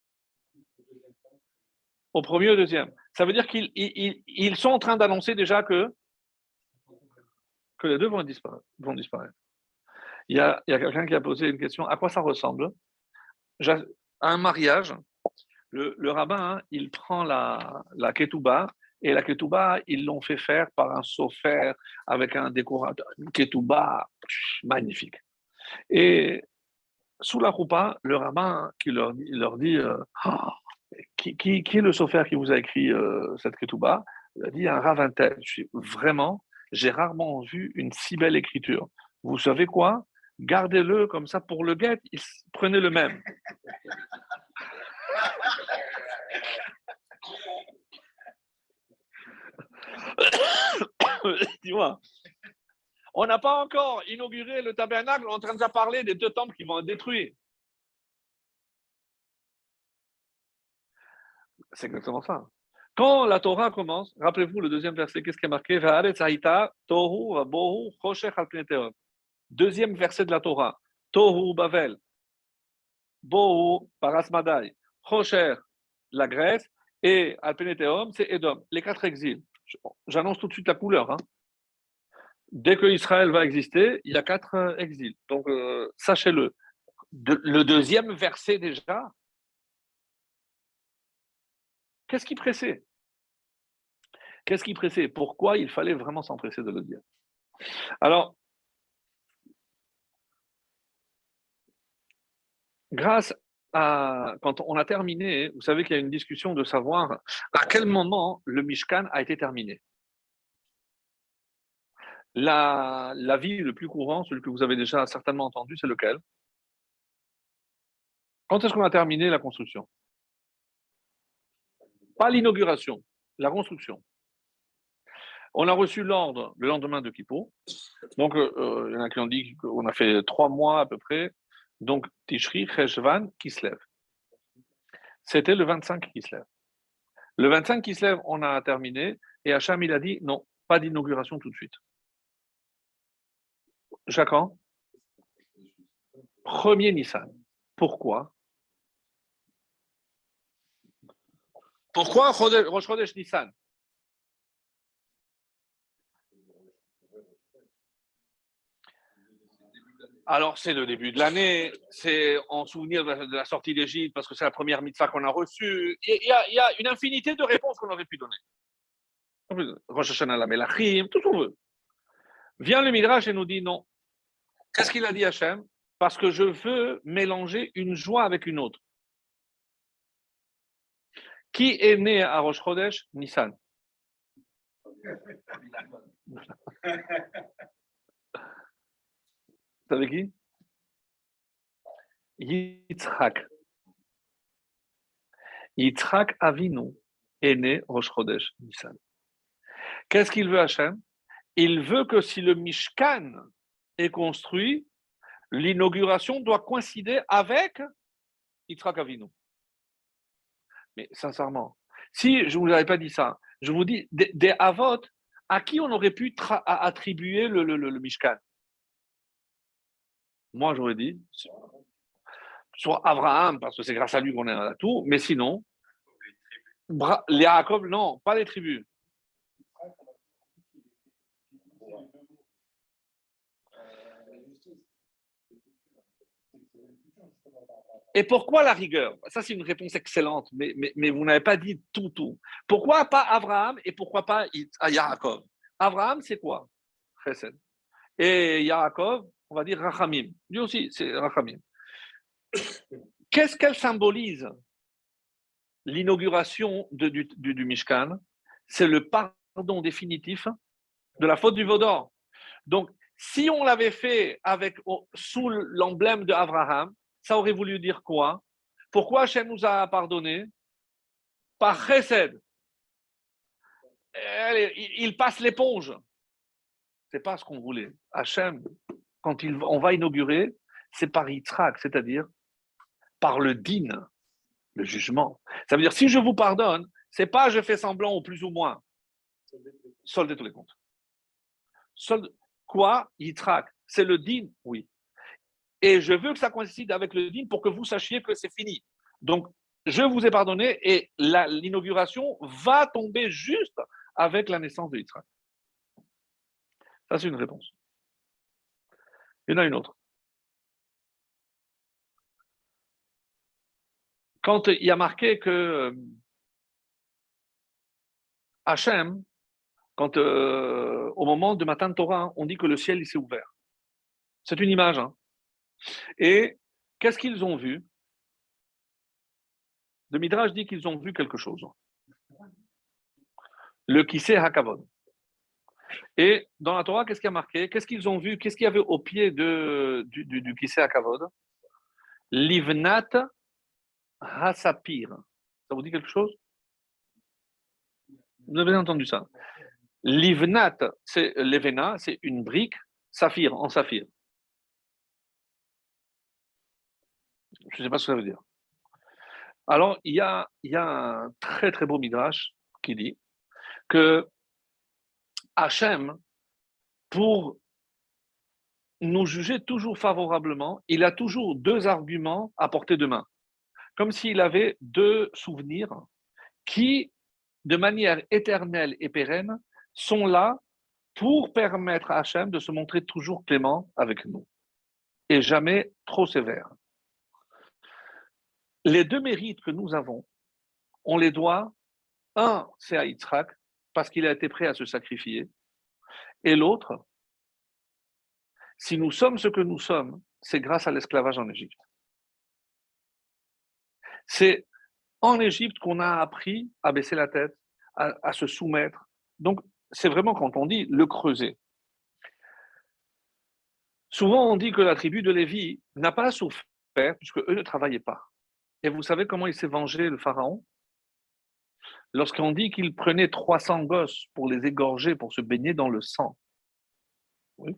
Speaker 1: Au premier et au deuxième. Ça veut dire qu'ils sont en train d'annoncer déjà que les deux vont disparaître. Il y a quelqu'un qui a posé une question, à quoi ça ressemble? À un mariage, le rabbin, hein, il prend la ketouba, et la ketouba, ils l'ont fait faire par un sofer avec un décorateur, une ketouba magnifique. Et sous la roupa, le rabbin qui leur dit qui est le sofer qui vous a écrit cette ketouba? Il a dit un ravintel. Vraiment, j'ai rarement vu une si belle écriture. Vous savez quoi? Gardez-le comme ça pour le guet, prenez le même. Dis-moi, on n'a pas encore inauguré le tabernacle, on est en train de parler des 2 temples qui vont être détruits. C'est exactement ça. Quand la Torah commence, rappelez-vous le deuxième verset, qu'est-ce qui est marqué? Deuxième verset de la Torah. Tohu Bavel, Bohu Parasmadai, Chosher, la Grèce, et Alpeneteum, c'est Edom. Les 4 exils. J'annonce tout de suite la couleur. Hein. Dès que Israël va exister, il y a 4 exils. Donc, sachez-le. Le deuxième verset déjà, qu'est-ce qui pressait? Qu'est-ce qui pressait? Pourquoi il fallait vraiment s'empresser de le dire? Alors, quand on a terminé, vous savez qu'il y a une discussion de savoir à quel moment le Mishkan a été terminé. L'avis le plus courant, celui que vous avez déjà certainement entendu, c'est lequel? Quand est-ce qu'on a terminé la construction? Pas l'inauguration, la construction. On a reçu l'ordre le lendemain de Kippour. Donc, il y en a qui ont dit qu'on a fait 3 mois à peu près. Donc, Tishri, Cheshvan, Kislev. C'était le 25 Kislev. Le 25 Kislev, on a terminé. Et Hacham, il a dit non, pas d'inauguration tout de suite. Chacun, premier Nissan. Pourquoi? Pourquoi Rosh Chodesh Nissan? Alors, c'est le début de l'année, c'est en souvenir de la sortie d'Égypte, parce que c'est la première mitzvah qu'on a reçue. Il y a une infinité de réponses qu'on aurait pu donner. Rosh Hashanah la Melachim, tout ce qu'on veut. Vient le Midrash et nous dit non. Qu'est-ce qu'il a dit Hachem? Parce que je veux mélanger une joie avec une autre. Qui est né à Rosh Chodesh? Nissan. Vous savez qui? Yitzhak. Yitzhak Avinu est né Rosh Chodesh Nissan. Qu'est-ce qu'il veut Hachem? Il veut que si le Mishkan est construit, l'inauguration doit coïncider avec Yitzhak Avinu. Mais sincèrement, si je ne vous avais pas dit ça, je vous dis, des Avot, à qui on aurait pu attribuer le Mishkan? Moi, j'aurais dit, soit Abraham, parce que c'est grâce à lui qu'on est à tout, mais sinon, les Yaakov, non, pas les tribus. Et pourquoi la rigueur? Ça, c'est une réponse excellente, mais vous n'avez pas dit tout. Pourquoi pas Abraham et pourquoi pas Yaakov? Abraham, c'est quoi? Chesed. Et Yaakov, on va dire Rachamim. Lui aussi, c'est Rachamim. Qu'est-ce qu'elle symbolise? L'inauguration du Mishkan, c'est le pardon définitif de la faute du veau d'or. Donc, si on l'avait fait sous l'emblème de Abraham, ça aurait voulu dire quoi? Pourquoi Hachem nous a pardonné? Par chesed. Il passe l'éponge. c'est pas ce qu'on voulait. Hachem, quand on va inaugurer, c'est par Yitzhak, c'est-à-dire par le din, le jugement. Ça veut dire, si je vous pardonne, c'est pas je fais semblant ou plus ou moins. Soldez tous les comptes. Quoi? Yitzhak. C'est le din? Oui. Et je veux que ça coïncide avec le din pour que vous sachiez que c'est fini. Donc, je vous ai pardonné et l'inauguration va tomber juste avec la naissance de Yitzhak. Ça, c'est une réponse. Il y en a une autre. Quand il y a marqué que Hachem, quand au moment de Matan Torah, on dit que le ciel il s'est ouvert. C'est une image. Hein. Et qu'est-ce qu'ils ont vu? Le Midrash dit qu'ils ont vu quelque chose. Le Kiseh Hakavod. Et dans la Torah, qu'est-ce qu'il y a marqué? Qu'est-ce qu'ils ont vu? Qu'est-ce qu'il y avait au pied du Kiseh Hakavod? Livnat Hasapir. Ça vous dit quelque chose? Vous avez entendu ça? Livnat, c'est l'Evena, c'est une brique, saphir, en saphir. Je ne sais pas ce que ça veut dire. Alors, il y a un très très beau midrash qui dit que Hachem, pour nous juger toujours favorablement, il a toujours deux arguments à portée de main, comme s'il avait deux souvenirs qui, de manière éternelle et pérenne, sont là pour permettre à Hachem de se montrer toujours clément avec nous et jamais trop sévère. Les deux mérites que nous avons, on les doit, un, c'est à Yitzhak, parce qu'il a été prêt à se sacrifier, et l'autre, si nous sommes ce que nous sommes, c'est grâce à l'esclavage en Égypte. C'est en Égypte qu'on a appris à baisser la tête, à se soumettre. Donc, c'est vraiment quand on dit le creuser. Souvent, on dit que la tribu de Lévi n'a pas souffert, puisque eux ne travaillaient pas. Et vous savez comment il s'est vengé, le pharaon? Lorsqu'on dit qu'il prenait 300 gosses pour les égorger, pour se baigner dans le sang. Oui.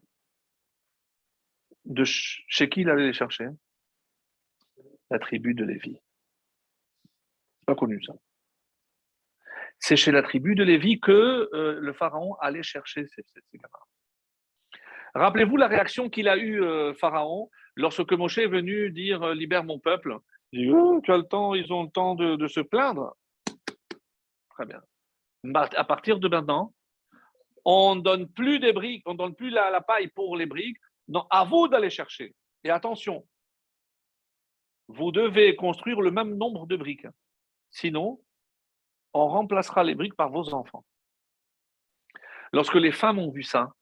Speaker 1: Chez qui il allait les chercher? La tribu de Lévi. C'est pas connu ça. C'est chez la tribu de Lévi que le pharaon allait chercher ces gamins. Rappelez-vous la réaction qu'il a eue, Pharaon, lorsque Moshe est venu dire libère mon peuple. Il dit tu as le temps, ils ont le temps de se plaindre. Très bien. À partir de maintenant, on ne donne plus des briques, on ne donne plus la paille pour les briques. Non, à vous d'aller chercher. Et attention, vous devez construire le même nombre de briques. Sinon, on remplacera les briques par vos enfants. Lorsque les femmes ont vu ça,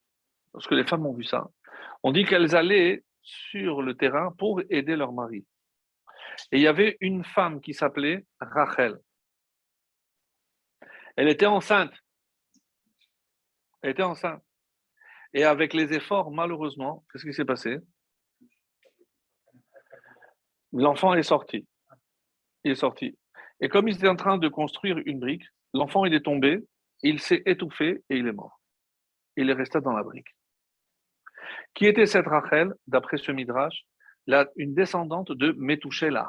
Speaker 1: on dit qu'elles allaient sur le terrain pour aider leur mari. Et il y avait une femme qui s'appelait Rachel. Elle était enceinte. Et avec les efforts, malheureusement, qu'est-ce qui s'est passé? L'enfant est sorti. Et comme ils étaient en train de construire une brique, l'enfant il est tombé, il s'est étouffé et il est mort. Il est resté dans la brique. Qui était cette Rachel, d'après ce Midrash? Une descendante de Methuselah.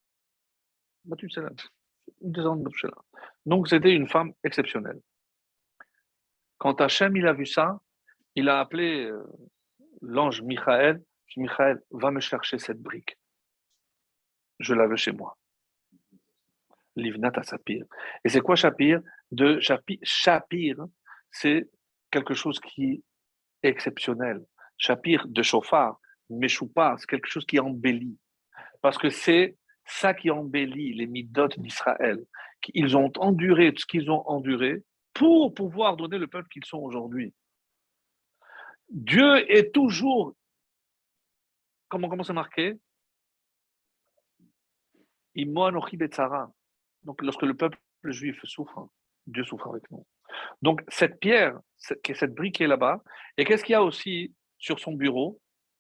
Speaker 1: Une descendante de Methuselah. Donc c'était une femme exceptionnelle. Quand Hachem il a vu ça, il a appelé l'ange Michael. Michael, va me chercher cette brique. Je la veux chez moi. Livnat à Sapir. Et c'est quoi Shapir? Shapir, c'est quelque chose qui est exceptionnel. Shapir de chauffard, Meshoupa, c'est quelque chose qui embellit. Parce que c'est ça qui embellit les midot d'Israël. Ils ont enduré ce qu'ils ont enduré pour pouvoir donner le peuple qu'ils sont aujourd'hui. Dieu est toujours, comment c'est marqué? Donc lorsque le peuple juif souffre, Dieu souffre avec nous. Donc cette pierre, cette brique qui est là-bas, et qu'est-ce qu'il y a aussi sur son bureau?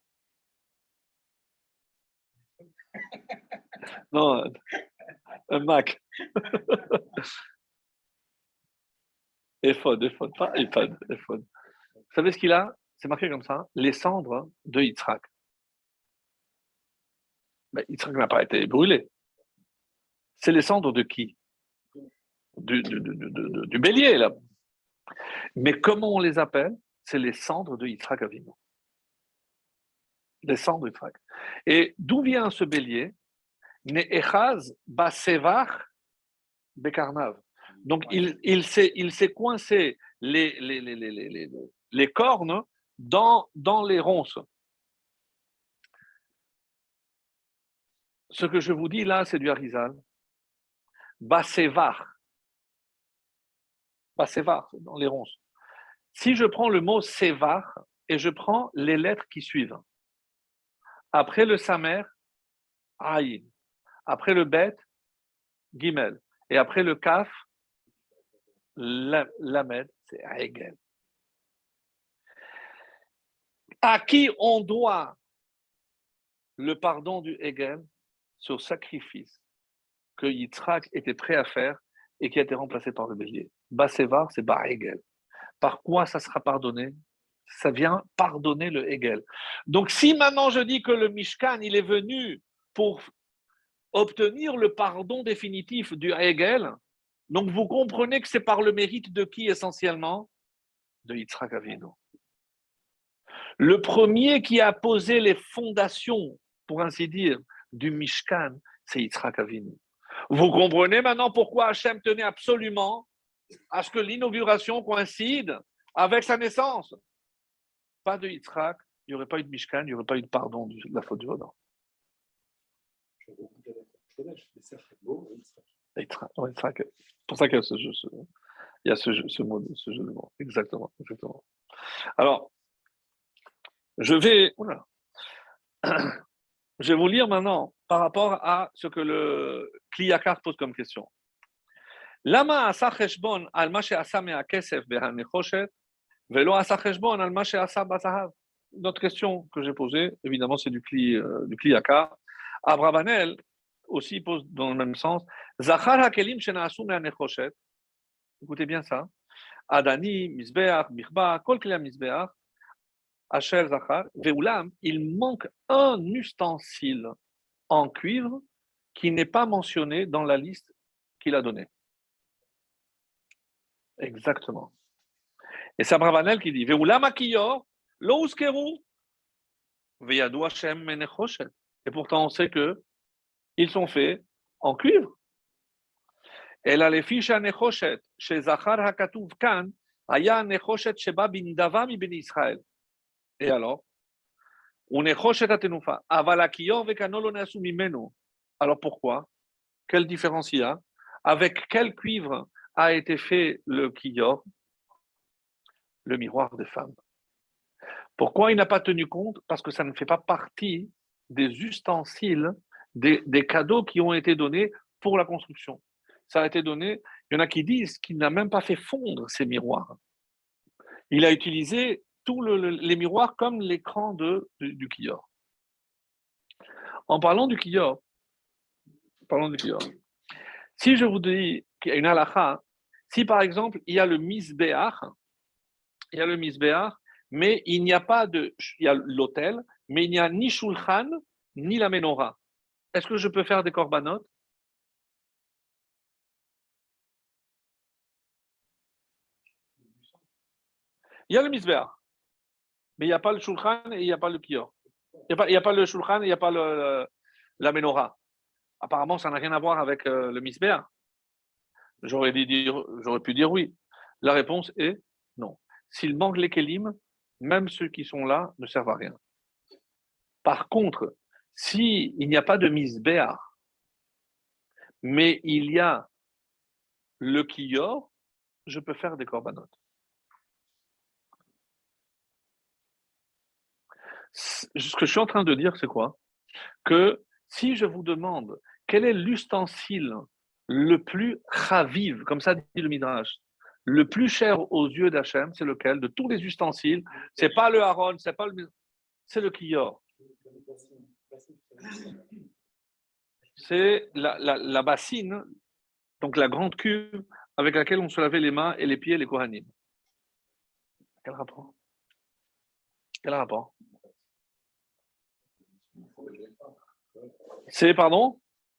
Speaker 1: Non, un Mac. Ephod, pas iPad, Ephod. Vous savez ce qu'il a? C'est marqué comme ça, les cendres de Yitzhak. Mais Yitzhak n'a pas été brûlé. C'est les cendres de qui? Du bélier, là. Mais comment on les appelle? C'est les cendres de Yitzhak Avinu. Les cendres de Yitzhak. Et d'où vient ce bélier? Ne'echaz basevach bekarnav. Donc, il s'est coincé les cornes dans les ronces. Ce que je vous dis là, c'est du Harizal. Basevach. Basevach, dans les ronces. Si je prends le mot sevach et je prends les lettres qui suivent, après le samer, aïn. Après le bet, gimel. Et après le kaf, lamed, c'est aïgel. À qui on doit le pardon du Hegel sur sacrifice que Yitzhak était prêt à faire et qui a été remplacé par le bélier. Basevar, c'est Bar Hegel. Par quoi ça sera pardonné? Ça vient pardonner le Hegel. Donc si maintenant je dis que le Mishkan, il est venu pour obtenir le pardon définitif du Hegel, donc vous comprenez que c'est par le mérite de qui essentiellement? De Yitzhak Avinu. Le premier qui a posé les fondations, pour ainsi dire, du Mishkan, c'est Yitzhak Avinu. Vous comprenez maintenant pourquoi Hachem tenait absolument à ce que l'inauguration coïncide avec sa naissance. Pas de Yitzhak, il n'y aurait pas eu de Mishkan, il n'y aurait pas eu de pardon de la faute du Vaudor. C'est pour ça qu'il y a ce jeu, il y a ce jeu de mots. Exactement. Alors, je vais vous lire maintenant par rapport à ce que le Kli Yakar pose comme question. Lama asa cheshbon al ma she'asa me'akesef behanechoshet velo asa cheshbon al ma she'asa bazahav. Notre question que j'ai posée, évidemment, c'est du Kli Yakar. Abrabanel aussi pose dans le même sens. Zachar hakelim shena'asu me'anechoshet. Écoutez bien ça. Adani, Mizbeach, Michba, Kol Kli Mizbeach. Asher Zachar, Veulam, il manque un ustensile en cuivre qui n'est pas mentionné dans la liste qu'il a donnée. Exactement. Et c'est Abravanel qui dit Veulam Akiyor, Lo Uskeru, Veyadu Hashem Menechoshet. Et pourtant, on sait que ils sont faits en cuivre. Et la lefisha Nechoshet, chez Zachar Hakatuv Kan, Aya Nechoshet Sheba Bindava mi Ben Israël. Et alors, alors pourquoi? Quelle différence il y a? Avec quel cuivre a été fait le kiyor? Le miroir des femmes. Pourquoi il n'a pas tenu compte? Parce que ça ne fait pas partie des ustensiles, des cadeaux qui ont été donnés pour la construction. Ça a été donné, il y en a qui disent qu'il n'a même pas fait fondre ces miroirs. Il a utilisé tous les miroirs comme l'écran du kiyor. En parlant du kiyor, si je vous dis qu'il y a une halakha, si par exemple il y a le misbéach, mais il n'y a pas il y a l'autel, mais il n'y a ni shulchan, ni la menorah. Est-ce que je peux faire des korbanot? Il y a le misbéach, mais il n'y a pas le shulchan et il n'y a pas le kiyor. Il n'y a pas le shulchan et il n'y a pas la menorah. Apparemment, ça n'a rien à voir avec le misbéach. J'aurais pu dire oui. La réponse est non. S'il manque les kelim, même ceux qui sont là ne servent à rien. Par contre, s'il n'y a pas de misbéach, mais il y a le kiyor, je peux faire des korbanot. Ce que je suis en train de dire, c'est quoi? Que si je vous demande quel est l'ustensile le plus chaviv, comme ça dit le Midrash, le plus cher aux yeux d'Hachem, c'est lequel? De tous les ustensiles, c'est pas le haron, c'est le kiyor. C'est la bassine, donc la grande cuve avec laquelle on se lavait les mains et les pieds, les kohanim. Quel rapport? Quel rapport? C'est, pardon?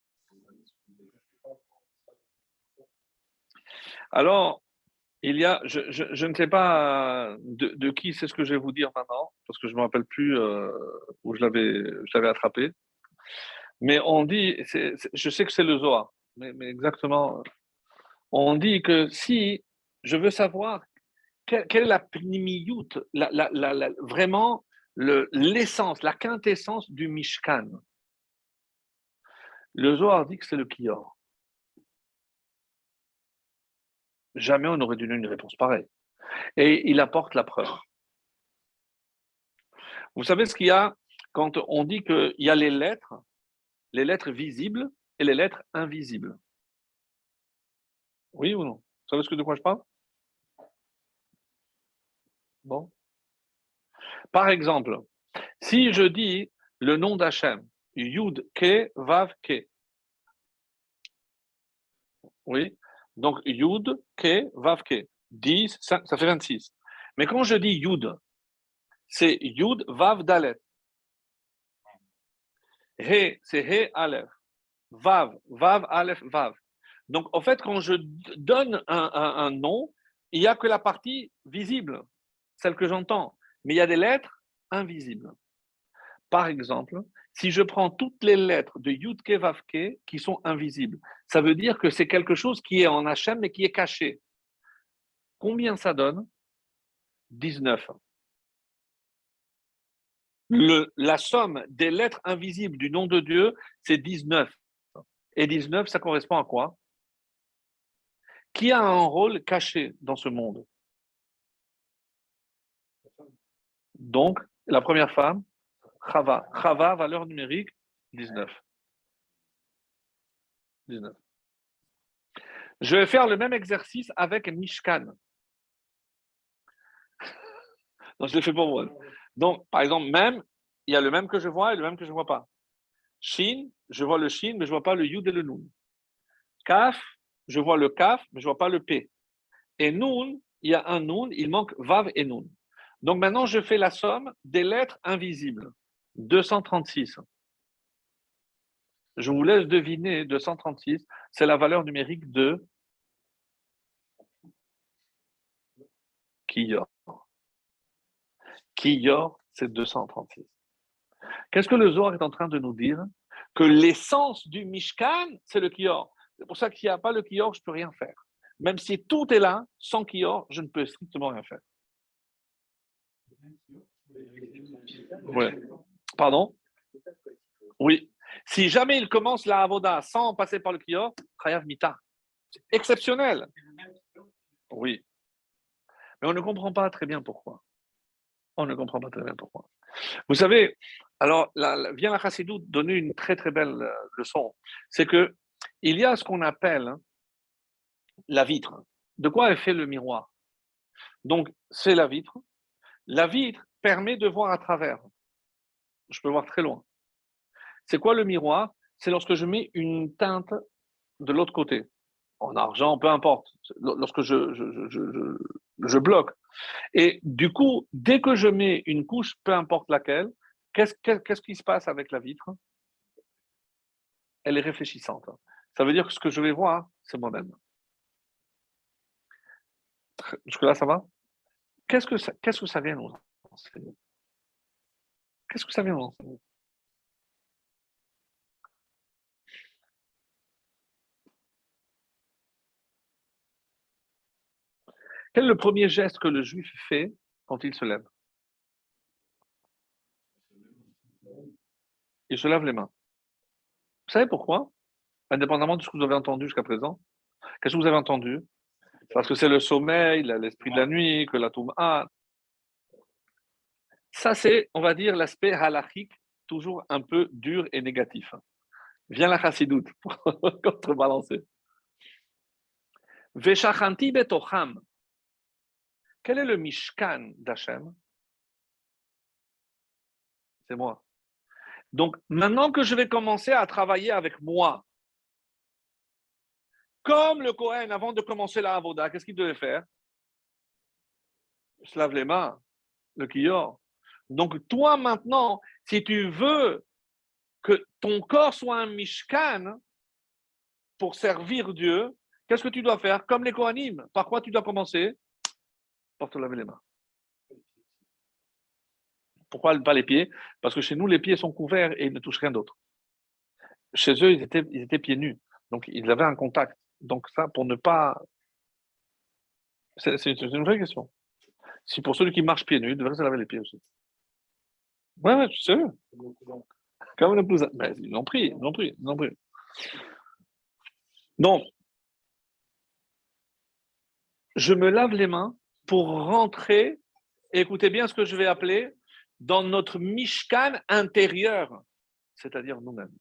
Speaker 1: Alors, je ne sais pas de qui c'est ce que je vais vous dire maintenant, parce que je ne me rappelle plus où je l'avais attrapé. Mais on dit, je sais que c'est le Zohar, mais exactement, on dit que si je veux savoir quelle est la pnimiyut, vraiment l'essence, la quintessence du Mishkan, le Zohar dit que c'est le Kior. Jamais on aurait donné une réponse pareille. Et il apporte la preuve. Vous savez ce qu'il y a quand on dit qu'il y a les lettres visibles et les lettres invisibles. Oui ou non? Vous savez de quoi je parle? Bon. Par exemple, si je dis le nom d'Hachem, Yud Ke Vav Ke. Oui. Donc Yud Ke Vav Ke. 10, ça fait 26. Mais quand je dis Yud, c'est Yud Vav Dalet. He, c'est He Aleph. Vav, Vav Aleph Vav. Donc en fait, quand je donne un nom, il n'y a que la partie visible, celle que j'entends. Mais il y a des lettres invisibles. Par exemple, si je prends toutes les lettres de Yudke Vavke qui sont invisibles, ça veut dire que c'est quelque chose qui est en Hachem mais qui est caché. Combien ça donne? 19. La somme des lettres invisibles du nom de Dieu, c'est 19. Et 19, ça correspond à quoi? Qui a un rôle caché dans ce monde? Donc, la première femme, Chava. Chava, valeur numérique, 19. 19. Je vais faire le même exercice avec Mishkan. Non, je l'ai fait pour moi. Donc, par exemple, même, il y a le même que je vois et le même que je ne vois pas. Shin, je vois le Shin, mais je ne vois pas le Yud et le Nun. Kaf, je vois le Kaf, mais je ne vois pas le P. Et Nun, il y a un Nun, il manque Vav et Nun. Donc maintenant, je fais la somme des lettres invisibles. 236. Je vous laisse deviner, 236, c'est la valeur numérique de Kiyor. Kiyor, c'est 236. Qu'est-ce que le Zohar est en train de nous dire? Que l'essence du Mishkan, c'est le Kior. C'est pour ça qu'il n'y a pas le Kior, je ne peux rien faire. Même si tout est là, sans Kior, je ne peux strictement rien faire. Ouais. Pardon? Oui. Si jamais il commence la Avoda sans passer par le Kior, Chayav Mita. C'est exceptionnel. Oui. Mais on ne comprend pas très bien pourquoi. On ne comprend pas très bien pourquoi. Vous savez, alors, vient la Chassidoute donner une très très belle leçon. C'est que il y a ce qu'on appelle la vitre. De quoi est fait le miroir? Donc, c'est la vitre. La vitre permet de voir à travers. Je peux voir très loin. C'est quoi le miroir? C'est lorsque je mets une teinte de l'autre côté, en argent, peu importe, lorsque je bloque. Et du coup, dès que je mets une couche, peu importe laquelle, qu'est-ce qui se passe avec la vitre? Elle est réfléchissante. Ça veut dire que ce que je vais voir, c'est moi-même. Jusque-là, ça va? Qu'est-ce que ça vient nous enseigner? Qu'est-ce que ça vient nous enseigner? Quel est le premier geste que le juif fait quand il se lève? Il se lave les mains. Vous savez pourquoi? Indépendamment de ce que vous avez entendu jusqu'à présent. Qu'est-ce que vous avez entendu? Parce que c'est le sommeil, l'esprit de la nuit, que la touma. Ça, c'est, on va dire, l'aspect halachique, toujours un peu dur et négatif. Vient la chassidoute pour contrebalancer. Veshachanti betocham. Quel est le mishkan d'Hachem? C'est moi. Donc, maintenant que je vais commencer à travailler avec moi, comme le Kohen, avant de commencer la Avoda, qu'est-ce qu'il devait faire? Il se lave les mains, le kiyor. Donc, toi, maintenant, si tu veux que ton corps soit un mishkan pour servir Dieu, qu'est-ce que tu dois faire? Comme les Kohanim. Par quoi tu dois commencer? Par te laver les mains. Pourquoi pas les pieds? Parce que chez nous, les pieds sont couverts et ils ne touchent rien d'autre. Chez eux, ils étaient pieds nus. Donc, ils avaient un contact. Donc, ça, pour ne pas. C'est une vraie question. Si pour celui qui marche pieds nus, il devrait se laver les pieds aussi. Ouais, ouais, tu sais. Comme le plus. Mais ils l'ont pris, ils l'ont pris, ils l'ont pris. Donc, je me lave les mains pour rentrer, et écoutez bien ce que je vais appeler, dans notre mishkan intérieur, c'est-à-dire nous-mêmes.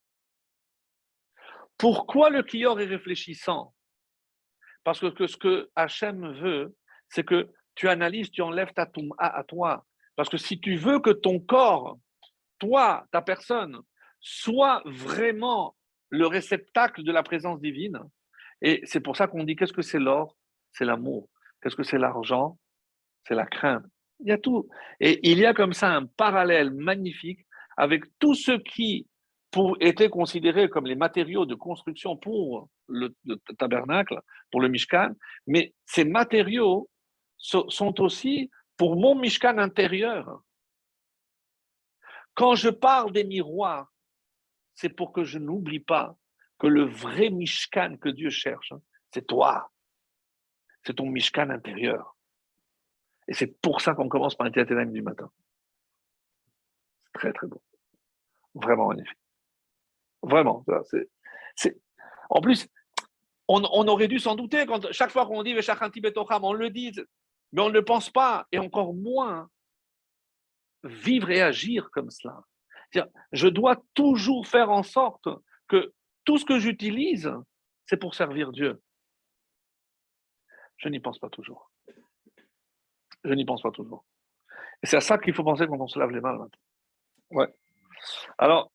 Speaker 1: Pourquoi le Kior est réfléchissant? Parce que ce que Hachem veut, c'est que tu analyses, tu enlèves ta touma à toi. Parce que si tu veux que ton corps, toi, ta personne, soit vraiment le réceptacle de la présence divine, et c'est pour ça qu'on dit qu'est-ce que c'est l'or? C'est l'amour. Qu'est-ce que c'est l'argent? C'est la crainte. Il y a tout. Et il y a comme ça un parallèle magnifique avec tout ce qui étaient considérés comme les matériaux de construction pour le tabernacle, pour le Mishkan, mais ces matériaux sont aussi pour mon Mishkan intérieur. Quand je parle des miroirs, c'est pour que je n'oublie pas que le vrai Mishkan que Dieu cherche, c'est toi. C'est ton Mishkan intérieur. Et c'est pour ça qu'on commence par un Tiatelaim du matin. C'est très, très beau. Vraiment magnifique. Vraiment. En plus, on aurait dû s'en douter. Chaque fois qu'on dit Veshachanti Betocham, on le dit, mais on ne le pense pas, et encore moins vivre et agir comme cela. Je dois toujours faire en sorte que tout ce que j'utilise, c'est pour servir Dieu. Je n'y pense pas toujours. Je n'y pense pas toujours. Et c'est à ça qu'il faut penser quand on se lave les mains. Ouais. Alors,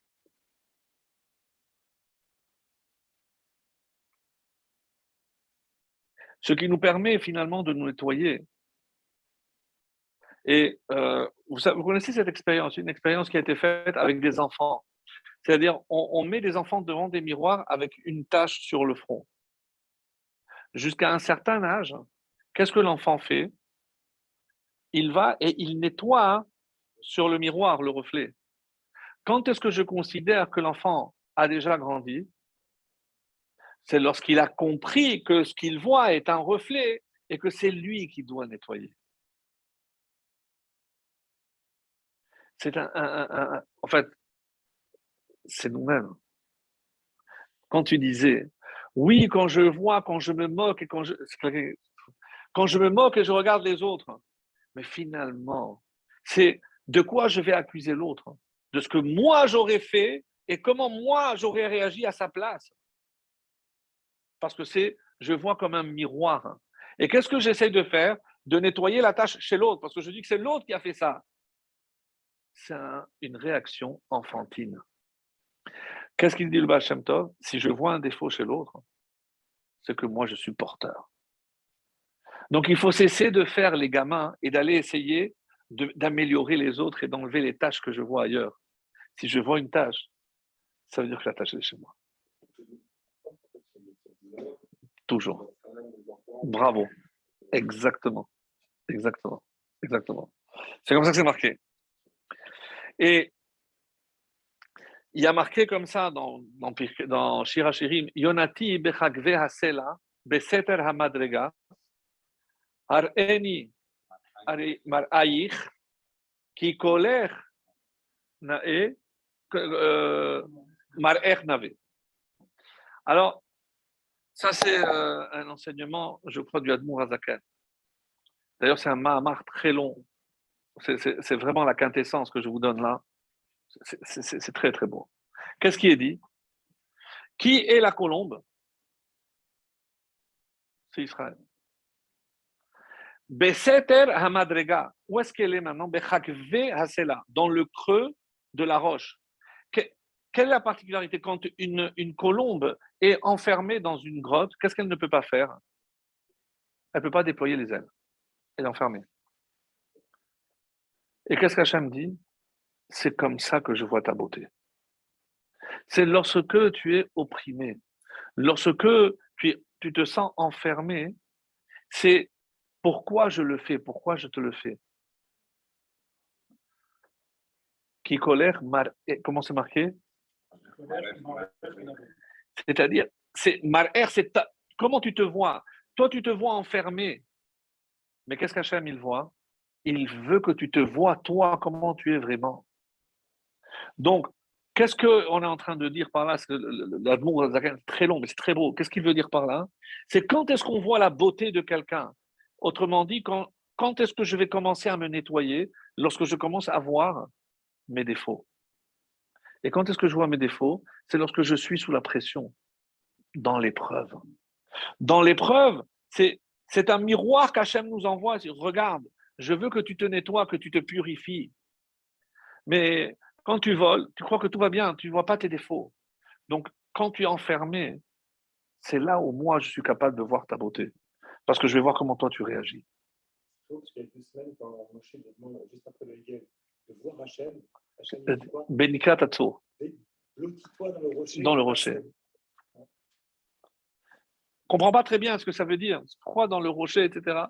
Speaker 1: ce qui nous permet finalement de nous nettoyer. Et vous connaissez cette expérience, une expérience qui a été faite avec des enfants. C'est-à-dire, on met des enfants devant des miroirs avec une tache sur le front. Jusqu'à un certain âge, qu'est-ce que l'enfant fait? Il va et il nettoie sur le miroir le reflet. Quand est-ce que je considère que l'enfant a déjà grandi? C'est lorsqu'il a compris que ce qu'il voit est un reflet et que c'est lui qui doit nettoyer. C'est en fait, c'est nous-mêmes. Quand tu disais, oui, quand je vois, quand je me moque et quand je me moque et je regarde les autres, mais finalement, c'est de quoi je vais accuser l'autre, de ce que moi j'aurais fait et comment moi j'aurais réagi à sa place. Parce que je vois comme un miroir. Et qu'est-ce que j'essaie de faire? De nettoyer la tâche chez l'autre, parce que je dis que c'est l'autre qui a fait ça. C'est une réaction enfantine. Qu'est-ce qu'il dit le Baal Shem Tov? Si je vois un défaut chez l'autre, c'est que moi je suis porteur. Donc il faut cesser de faire les gamins et d'aller essayer d'améliorer les autres et d'enlever les tâches que je vois ailleurs. Si je vois une tâche, ça veut dire que la tâche est chez moi. Toujours. Bravo. Exactement. Exactement. Exactement. C'est comme ça que c'est marqué. Et il y a marqué comme ça dans Shir HaShirim, Yonati bechagve hasela, beseter hamadrega, areni mar'ayich, ki koler nae, mar'ech nave. Alors, ça c'est un enseignement, je crois, du Admour Hazaken. D'ailleurs, c'est un Mahamar très long. C'est vraiment la quintessence que je vous donne là. C'est très, très beau. Qu'est-ce qui est dit? Qui est la colombe? C'est Israël. Beseter hamadrega. Où est-ce qu'elle est maintenant? Bechakve hasela. Dans le creux de la roche. Quelle est la particularité? Quand une colombe est enfermée dans une grotte, qu'est-ce qu'elle ne peut pas faire? Elle ne peut pas déployer les ailes. Elle est enfermée. Et qu'est-ce qu'Hachem dit? C'est comme ça que je vois ta beauté. C'est lorsque tu es opprimé, lorsque tu te sens enfermé, c'est pourquoi je le fais, pourquoi je te le fais. Qui colère, comment c'est marqué? C'est-à-dire, c'est mar'er, comment tu te vois. Toi, tu te vois enfermé. Mais qu'est-ce qu'Hachem, il voit? Il veut que tu te vois, toi, comment tu es vraiment. Donc, qu'est-ce qu'on est en train de dire par là? L'amour est très long, mais c'est très beau. Qu'est-ce qu'il veut dire par là? C'est quand est-ce qu'on voit la beauté de quelqu'un? Autrement dit, quand est-ce que je vais commencer à me nettoyer? Lorsque je commence à voir mes défauts. Et quand est-ce que je vois mes défauts? C'est lorsque je suis sous la pression, dans l'épreuve. Dans l'épreuve, c'est un miroir qu'Hachem nous envoie. Regarde, je veux que tu te nettoies, que tu te purifies. Mais quand tu voles, tu crois que tout va bien, tu ne vois pas tes défauts. Donc, quand tu es enfermé, c'est là où moi, je suis capable de voir ta beauté. Parce que je vais voir comment toi, tu réagis.
Speaker 3: Parce qu'il y a 2 semaines, quand Moshe me demande, juste après le Hegel, de voir Hachem, Hachem me dit quoi?
Speaker 1: Benika Tatso.
Speaker 3: Blottis-toi dans le rocher.
Speaker 1: Dans le rocher. Je ne comprends pas très bien ce que ça veut dire. Crois dans le rocher, etc.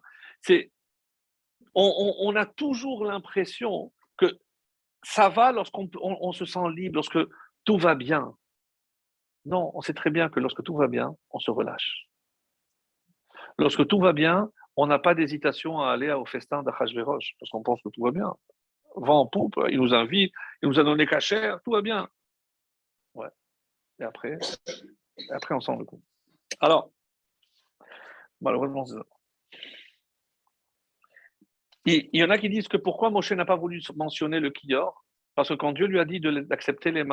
Speaker 1: On a toujours l'impression que ça va lorsqu'on se sent libre, lorsque tout va bien. Non, on sait très bien que lorsque tout va bien, on se relâche. Lorsque tout va bien, on n'a pas d'hésitation à aller au festin d'Achashverosh, parce qu'on pense que tout va bien. Vent en poupe, il nous invite, il nous a donné cachère, tout va bien. Ouais. Et après on sent le coup. Alors, malheureusement, c'est ça. Il y en a qui disent que pourquoi Moshe n'a pas voulu mentionner le Kiyor, parce que quand Dieu lui a dit d'accepter il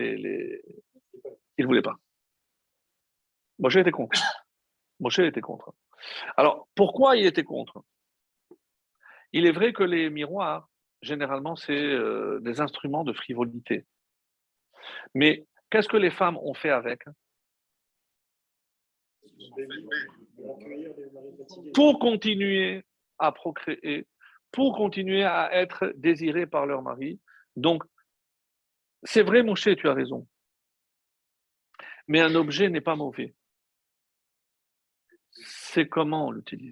Speaker 1: ne voulait pas. Moshe était contre. Moshe était contre. Alors, pourquoi il était contre? Il est vrai que les miroirs, généralement, c'est des instruments de frivolité. Mais qu'est-ce que les femmes ont fait avec? Pour continuer à procréer, pour continuer à être désirées par leur mari. Donc, c'est vrai, mon cher, tu as raison. Mais un objet n'est pas mauvais. C'est comment on l'utilise.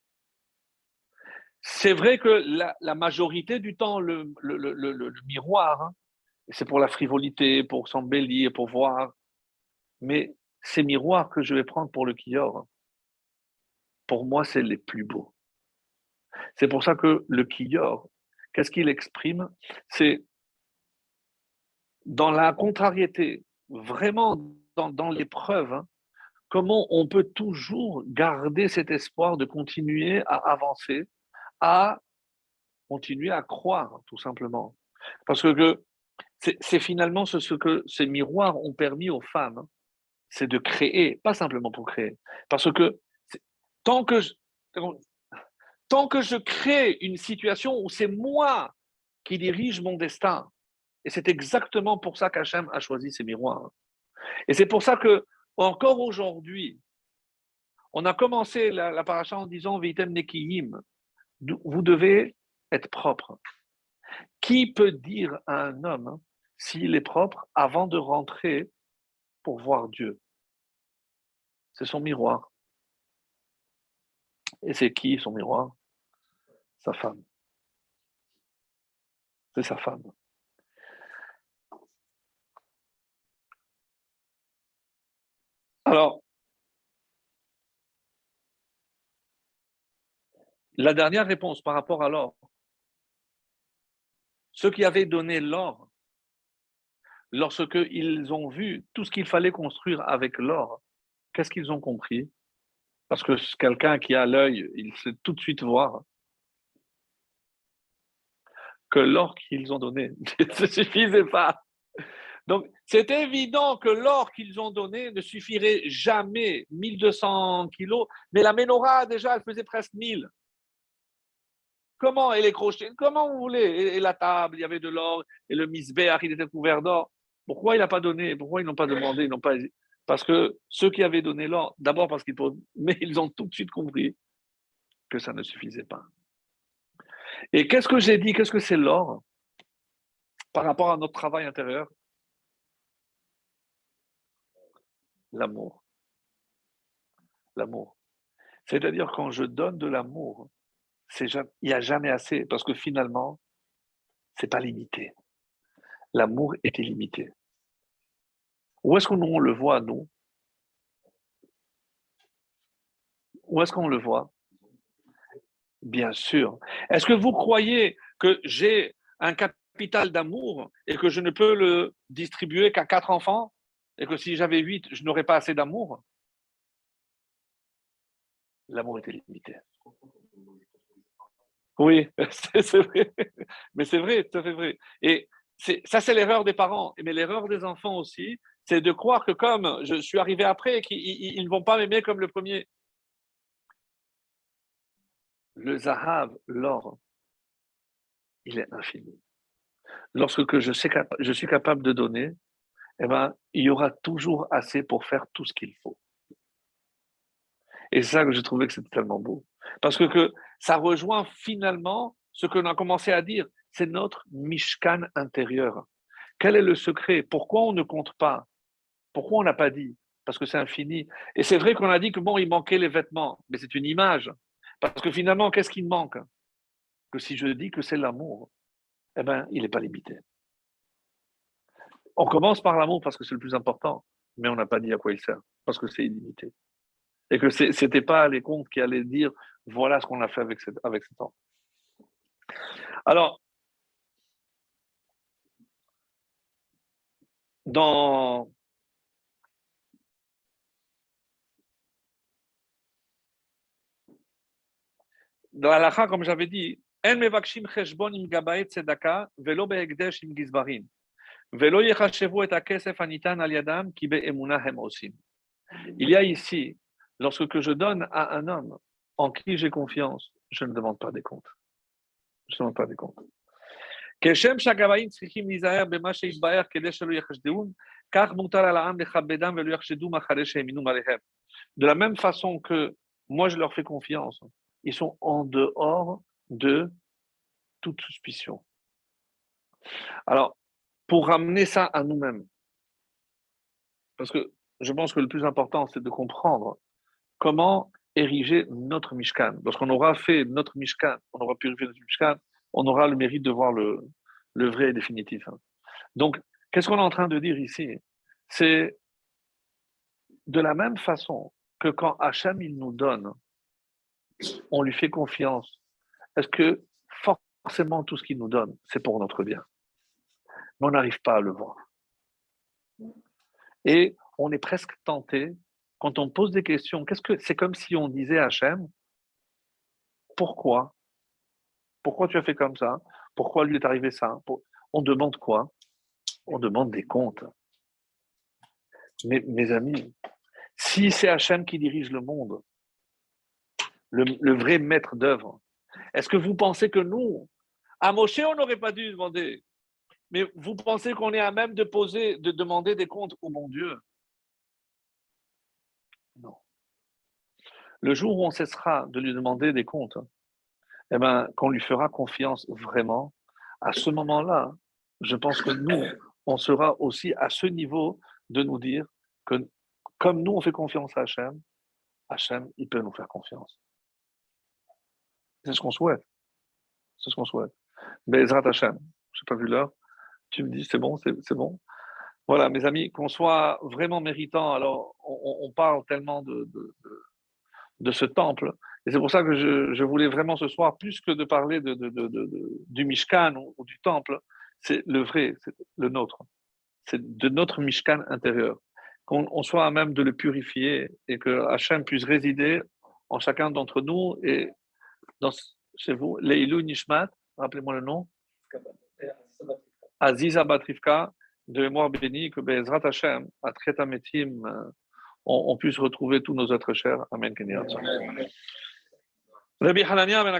Speaker 1: C'est vrai que la majorité du temps, le miroir, hein, c'est pour la frivolité, pour s'embellir, pour voir. Mais ces miroirs que je vais prendre pour le Kiyor, pour moi, c'est les plus beaux. C'est pour ça que le Kiyor, qu'est-ce qu'il exprime? C'est dans la contrariété, vraiment dans l'épreuve, hein, comment on peut toujours garder cet espoir de continuer à avancer, à continuer à croire, tout simplement. Parce que c'est finalement ce que ces miroirs ont permis aux femmes, hein, c'est de créer, pas simplement pour créer. Parce que tant que je, tant que je crée une situation où c'est moi qui dirige mon destin, et c'est exactement pour ça qu'Hachem a choisi ces miroirs. Et c'est pour ça que, encore aujourd'hui, on a commencé la paracha en disant Vitem Nekiyim, vous devez être propre. Qui peut dire à un homme s'il est propre avant de rentrer pour voir Dieu? C'est son miroir. Et c'est qui son miroir? Sa femme. C'est sa femme. Alors, la dernière réponse par rapport à l'or. Ceux qui avaient donné l'or, lorsqu'ils ont vu tout ce qu'il fallait construire avec l'or, qu'est-ce qu'ils ont compris? Parce que quelqu'un qui a l'œil, il sait tout de suite voir que l'or qu'ils ont donné ne suffisait pas. Donc, c'est évident que l'or qu'ils ont donné ne suffirait jamais, 1200 kilos, mais la menorah, déjà, elle faisait presque 1000. Comment? Et les crochets, comment vous voulez? Et la table, il y avait de l'or, et le misbéach, il était couvert d'or. Pourquoi il n'a pas donné? Pourquoi ils n'ont pas demandé? Ils n'ont pas... Parce que ceux qui avaient donné l'or, d'abord mais ils ont tout de suite compris que ça ne suffisait pas. Et qu'est-ce que j'ai dit? Qu'est-ce que c'est l'or par rapport à notre travail intérieur? L'amour. L'amour. C'est-à-dire quand je donne de l'amour, il n'y a jamais assez parce que finalement, c'est pas limité. L'amour est illimité. Où est-ce qu'on le voit, nous? Où est-ce qu'on le voit? Bien sûr. Est-ce que vous croyez que j'ai un capital d'amour et que je ne peux le distribuer qu'à 4 enfants et que si j'avais 8, je n'aurais pas assez d'amour? L'amour est illimité. Oui, c'est vrai. Mais c'est vrai, tout à fait vrai. Et ça, c'est l'erreur des parents. Mais l'erreur des enfants aussi, c'est de croire que comme je suis arrivé après, qu'ils ne vont pas m'aimer comme le premier. Le zahav, l'or, il est infini. Lorsque je suis capable de donner, eh ben, il y aura toujours assez pour faire tout ce qu'il faut. Et c'est ça que j'ai trouvé que c'était tellement beau. Parce que ça rejoint finalement ce que l'on a commencé à dire, c'est notre mishkan intérieur. Quel est le secret? Pourquoi on ne compte pas? Pourquoi on n'a pas dit? Parce que c'est infini. Et c'est vrai qu'on a dit que bon, il manquait les vêtements, mais c'est une image. Parce que finalement, qu'est-ce qui manque? Que si je dis que c'est l'amour, eh ben, il n'est pas limité. On commence par l'amour parce que c'est le plus important, mais on n'a pas dit à quoi il sert, parce que c'est illimité. Et que ce n'était pas les comptes qui allaient dire voilà ce qu'on a fait avec cet temps. Alors, dans la halakha, comme j'avais dit, En mevakshim cheshbon im gabaet tzedaka velo beekdesh im gizbarim velo yechashevu et hakesef anitan al yadam ki be'emuna hem osim. Il y a ici, lorsque je donne à un homme en qui j'ai confiance, je ne demande pas des comptes. Je ne demande pas des comptes. כשם שהגבאים צריכים להיזהר במה שיתבהר כדי שלא יחשדון, כך מותר על העם לכבדם ולא יחשדום אחרי שהאמינו עליהם. De la même façon que moi je leur fais confiance, ils sont en dehors de toute suspicion. Alors, pour ramener ça à nous-mêmes, parce que je pense que le plus important, c'est de comprendre comment ériger notre Mishkan. Lorsqu'on aura fait notre Mishkan, on aura purifié notre Mishkan, on aura le mérite de voir le vrai et définitif. Donc, qu'est-ce qu'on est en train de dire ici? C'est de la même façon que quand Hachem il nous donne, on lui fait confiance. Est-ce que forcément tout ce qu'il nous donne, c'est pour notre bien? Mais on n'arrive pas à le voir. Et on est presque tenté, quand on pose des questions, c'est comme si on disait à Hachem, pourquoi? Pourquoi tu as fait comme ça? Pourquoi lui est arrivé ça? On demande quoi? On demande des comptes. Mais mes amis, si c'est Hachem qui dirige le monde, le vrai maître d'œuvre, est-ce que vous pensez que nous, à Moshe, on n'aurait pas dû demander? Mais vous pensez qu'on est à même de demander des comptes au mon Dieu? Non. Le jour où on cessera de lui demander des comptes, eh ben, qu'on lui fera confiance vraiment, à ce moment-là, je pense que nous, on sera aussi à ce niveau de nous dire que comme nous, on fait confiance à Hachem, il peut nous faire confiance. C'est ce qu'on souhaite. C'est ce qu'on souhaite. Mais Ezrat Hachem, je n'ai pas vu l'heure. Tu me dis, c'est bon, c'est bon. Voilà, mes amis, qu'on soit vraiment méritant. Alors, on parle tellement de ce temple. Et c'est pour ça que je voulais vraiment ce soir, plus que de parler du Mishkan ou du temple, c'est le vrai, c'est le nôtre. C'est de notre Mishkan intérieur. Qu'on soit à même de le purifier et que Hachem puisse résider en chacun d'entre nous et chez vous. Leilou Nishmat, rappelez-moi le nom. Aziza Batrivka, de mémoire bénie, que Bezrat Hachem, à Tretametim, on puisse retrouver tous nos êtres chers. Amen. Rabbi Hanania